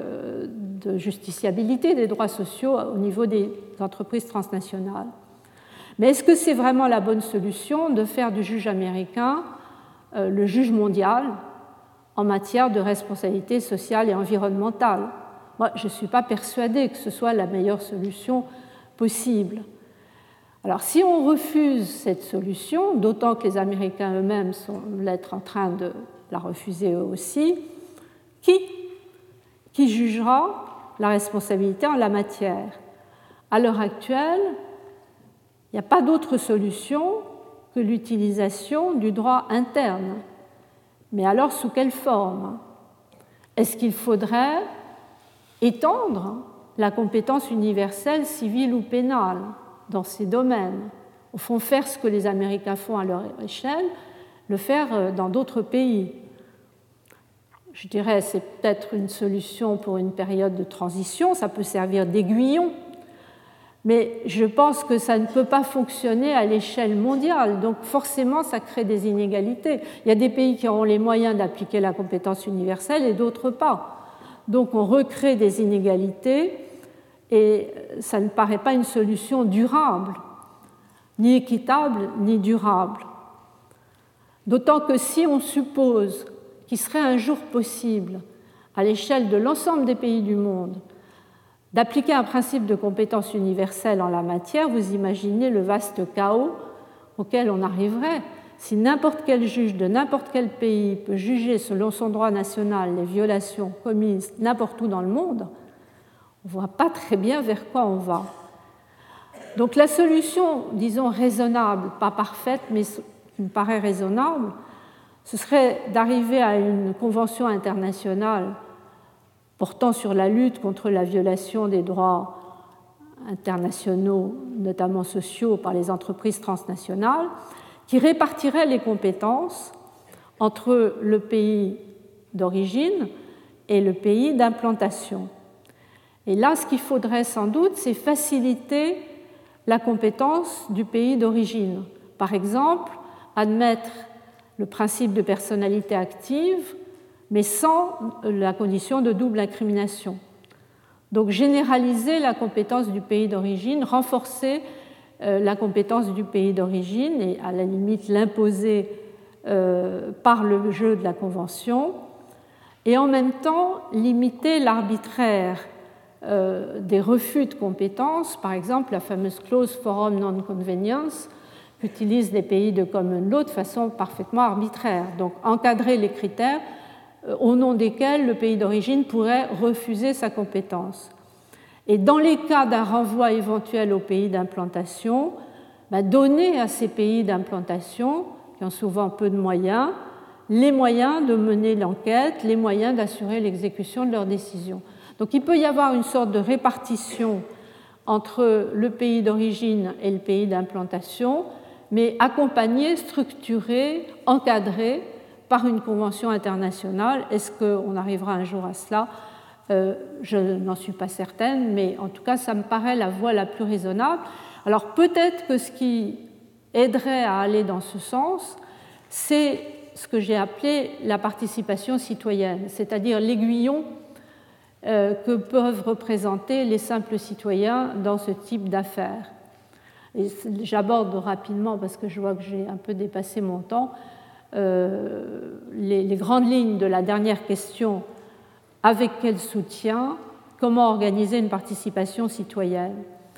de justiciabilité des droits sociaux au niveau des entreprises transnationales. Mais est-ce que c'est vraiment la bonne solution de faire du juge américain euh, le juge mondial en matière de responsabilité sociale et environnementale? Moi, je ne suis pas persuadée que ce soit la meilleure solution possible. Alors, si on refuse cette solution, d'autant que les Américains eux-mêmes semblent être en train de la refuser eux aussi, qui, qui jugera la responsabilité en la matière? À l'heure actuelle, il n'y a pas d'autre solution que l'utilisation du droit interne. Mais alors, sous quelle forme? Est-ce qu'il faudrait étendre la compétence universelle civile ou pénale dans ces domaines? Au fond, faire ce que les Américains font à leur échelle, le faire dans d'autres pays. Je dirais que c'est peut-être une solution pour une période de transition, ça peut servir d'aiguillon, mais je pense que ça ne peut pas fonctionner à l'échelle mondiale, donc forcément ça crée des inégalités. Il y a des pays qui auront les moyens d'appliquer la compétence universelle et d'autres pas. Donc on recrée des inégalités et ça ne paraît pas une solution durable, ni équitable, ni durable. D'autant que si on suppose qu'il serait un jour possible, à l'échelle de l'ensemble des pays du monde, d'appliquer un principe de compétence universelle en la matière, vous imaginez le vaste chaos auquel on arriverait si n'importe quel juge de n'importe quel pays peut juger selon son droit national les violations commises n'importe où dans le monde. On ne voit pas très bien vers quoi on va. Donc la solution, disons, raisonnable, pas parfaite, mais qui me paraît raisonnable, ce serait d'arriver à une convention internationale portant sur la lutte contre la violation des droits internationaux, notamment sociaux, par les entreprises transnationales, qui répartirait les compétences entre le pays d'origine et le pays d'implantation. Et là, ce qu'il faudrait sans doute, c'est faciliter la compétence du pays d'origine. Par exemple, admettre le principe de personnalité active, mais sans la condition de double incrimination. Donc généraliser la compétence du pays d'origine, renforcer euh, la compétence du pays d'origine et à la limite l'imposer euh, par le jeu de la Convention, et en même temps limiter l'arbitraire euh, des refus de compétences, par exemple la fameuse clause forum non-convenience qu'utilisent les pays de common law de façon parfaitement arbitraire. Donc encadrer les critères au nom desquels le pays d'origine pourrait refuser sa compétence. Et dans les cas d'un renvoi éventuel au pays d'implantation, bah, donner à ces pays d'implantation, qui ont souvent peu de moyens, les moyens de mener l'enquête, les moyens d'assurer l'exécution de leurs décisions. Donc il peut y avoir une sorte de répartition entre le pays d'origine et le pays d'implantation, mais accompagnée, structurée, encadrée par une convention internationale. Est-ce qu'on arrivera un jour à cela ? euh, Je n'en suis pas certaine, mais en tout cas, ça me paraît la voie la plus raisonnable. Alors peut-être que ce qui aiderait à aller dans ce sens, c'est ce que j'ai appelé la participation citoyenne, c'est-à-dire l'aiguillon euh, que peuvent représenter les simples citoyens dans ce type d'affaires. Et j'aborde rapidement, parce que je vois que j'ai un peu dépassé mon temps, Euh, les, les grandes lignes de la dernière question, avec quel soutien, comment organiser une participation citoyenne.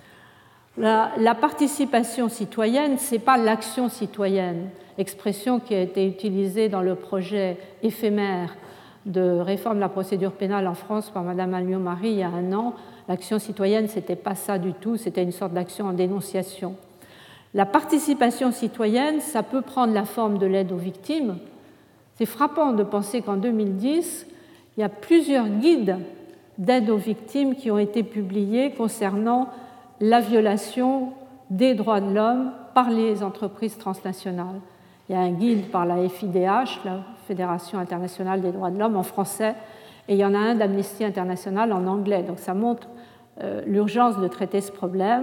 La, la participation citoyenne, ce n'est pas l'action citoyenne, expression qui a été utilisée dans le projet éphémère de réforme de la procédure pénale en France par Mme Alliot-Marie il y a un an. L'action citoyenne, ce n'était pas ça du tout, c'était une sorte d'action en dénonciation. La participation citoyenne, ça peut prendre la forme de l'aide aux victimes. C'est frappant de penser qu'en deux mille dix, il y a plusieurs guides d'aide aux victimes qui ont été publiés concernant la violation des droits de l'homme par les entreprises transnationales. Il y a un guide par la F I D H, la Fédération internationale des droits de l'homme, en français, et il y en a un d'Amnesty International en anglais. Donc ça montre euh, l'urgence de traiter ce problème.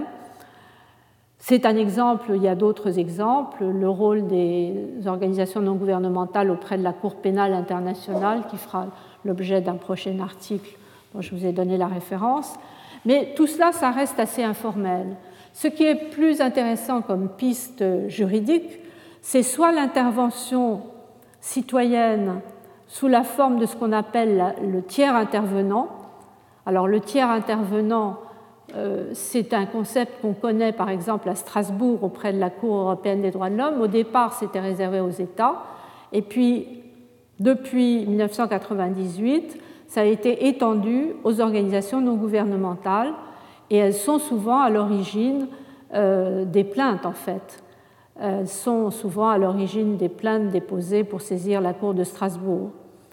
C'est un exemple, il y a d'autres exemples, le rôle des organisations non gouvernementales auprès de la Cour pénale internationale qui fera l'objet d'un prochain article dont je vous ai donné la référence. Mais tout cela, ça reste assez informel. Ce qui est plus intéressant comme piste juridique, c'est soit l'intervention citoyenne sous la forme de ce qu'on appelle le tiers intervenant. Alors le tiers intervenant, Euh, c'est un concept qu'on connaît par exemple à Strasbourg auprès de la Cour européenne des droits de l'homme. Au départ, c'était réservé aux États. Et puis, depuis mille neuf cent quatre-vingt-dix-huit, ça a été étendu aux organisations non gouvernementales. Et elles sont souvent à l'origine euh, des plaintes, en fait. Elles sont souvent à l'origine des plaintes déposées pour saisir la Cour de Strasbourg.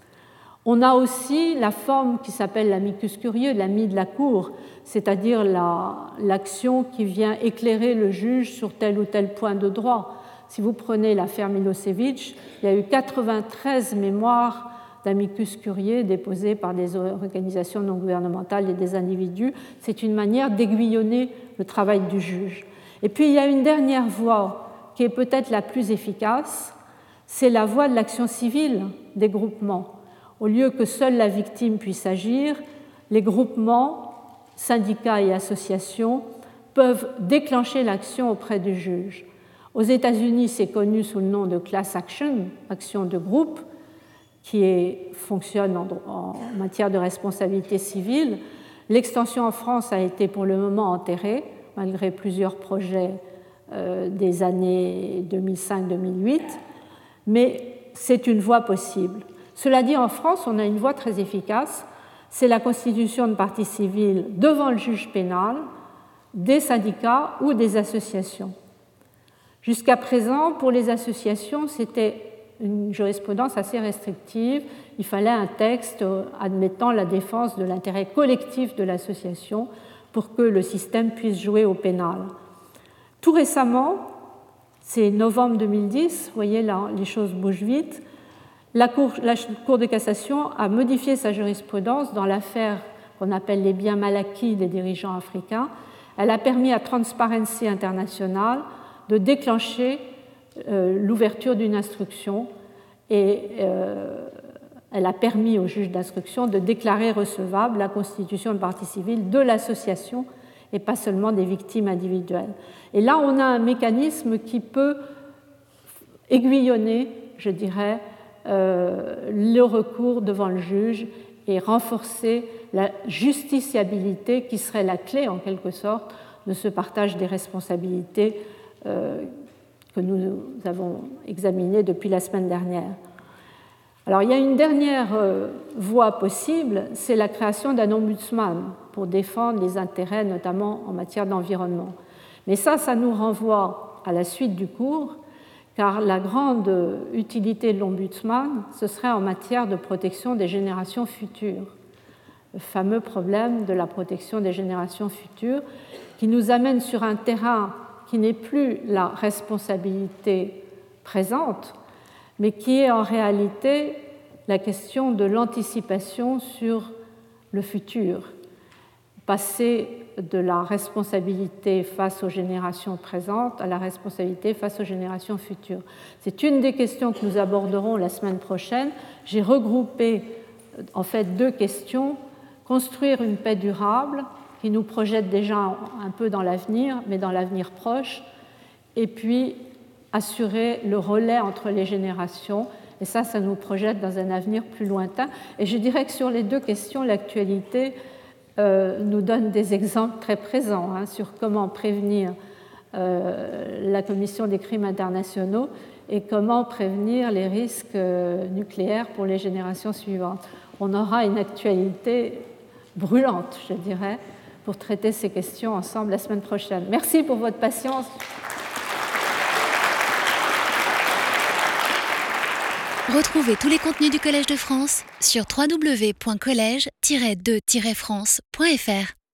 On a aussi la forme qui s'appelle l'amicus curiae, l'ami de la Cour, c'est-à-dire la, l'action qui vient éclairer le juge sur tel ou tel point de droit. Si vous prenez l'affaire Milosevic, il y a eu quatre-vingt-treize mémoires d'amicus curiae déposées par des organisations non gouvernementales et des individus. C'est une manière d'aiguillonner le travail du juge. Et puis il y a une dernière voie qui est peut-être la plus efficace, c'est la voie de l'action civile des groupements. Au lieu que seule la victime puisse agir, les groupements, syndicats et associations peuvent déclencher l'action auprès du juge. Aux États-Unis, c'est connu sous le nom de class action, action de groupe, qui est, fonctionne en, en matière de responsabilité civile. L'extension en France a été pour le moment enterrée, malgré plusieurs projets euh, des années deux mille cinq deux mille huit, mais c'est une voie possible. Cela dit, en France, on a une voie très efficace, c'est la constitution de partie civile devant le juge pénal, des syndicats ou des associations. Jusqu'à présent, pour les associations, c'était une jurisprudence assez restrictive. Il fallait un texte admettant la défense de l'intérêt collectif de l'association pour que le système puisse jouer au pénal. Tout récemment, c'est novembre deux mille dix, vous voyez là, les choses bougent vite, la Cour, la Cour de cassation a modifié sa jurisprudence dans l'affaire qu'on appelle les biens mal acquis des dirigeants africains. Elle a permis à Transparency International de déclencher euh, l'ouverture d'une instruction et euh, elle a permis au juge d'instruction de déclarer recevable la constitution de partie civile de l'association et pas seulement des victimes individuelles. Et là, on a un mécanisme qui peut aiguillonner, je dirais, euh, le recours devant le juge et renforcer la justiciabilité qui serait la clé, en quelque sorte, de ce partage des responsabilités euh, que nous avons examiné depuis la semaine dernière. Alors, il y a une dernière euh, voie possible, c'est la création d'un ombudsman pour défendre les intérêts, notamment en matière d'environnement. Mais ça, ça nous renvoie à la suite du cours, car la grande utilité de l'ombudsman, ce serait en matière de protection des générations futures. Le fameux problème de la protection des générations futures qui nous amène sur un terrain qui n'est plus la responsabilité présente, mais qui est en réalité la question de l'anticipation sur le futur, passer de la responsabilité face aux générations présentes à la responsabilité face aux générations futures. C'est une des questions que nous aborderons la semaine prochaine. J'ai regroupé en fait deux questions. Construire une paix durable qui nous projette déjà un peu dans l'avenir, mais dans l'avenir proche, et puis assurer le relais entre les générations. Et ça, ça nous projette dans un avenir plus lointain. Et je dirais que sur les deux questions, l'actualité euh, nous donne des exemples très présents hein, sur comment prévenir euh, la Commission des crimes internationaux et comment prévenir les risques euh, nucléaires pour les générations suivantes. On aura une actualité brûlante, je dirais, pour traiter ces questions ensemble la semaine prochaine. Merci pour votre patience. Retrouvez tous les contenus du Collège de France sur w w w point collège tiret de tiret france point f r.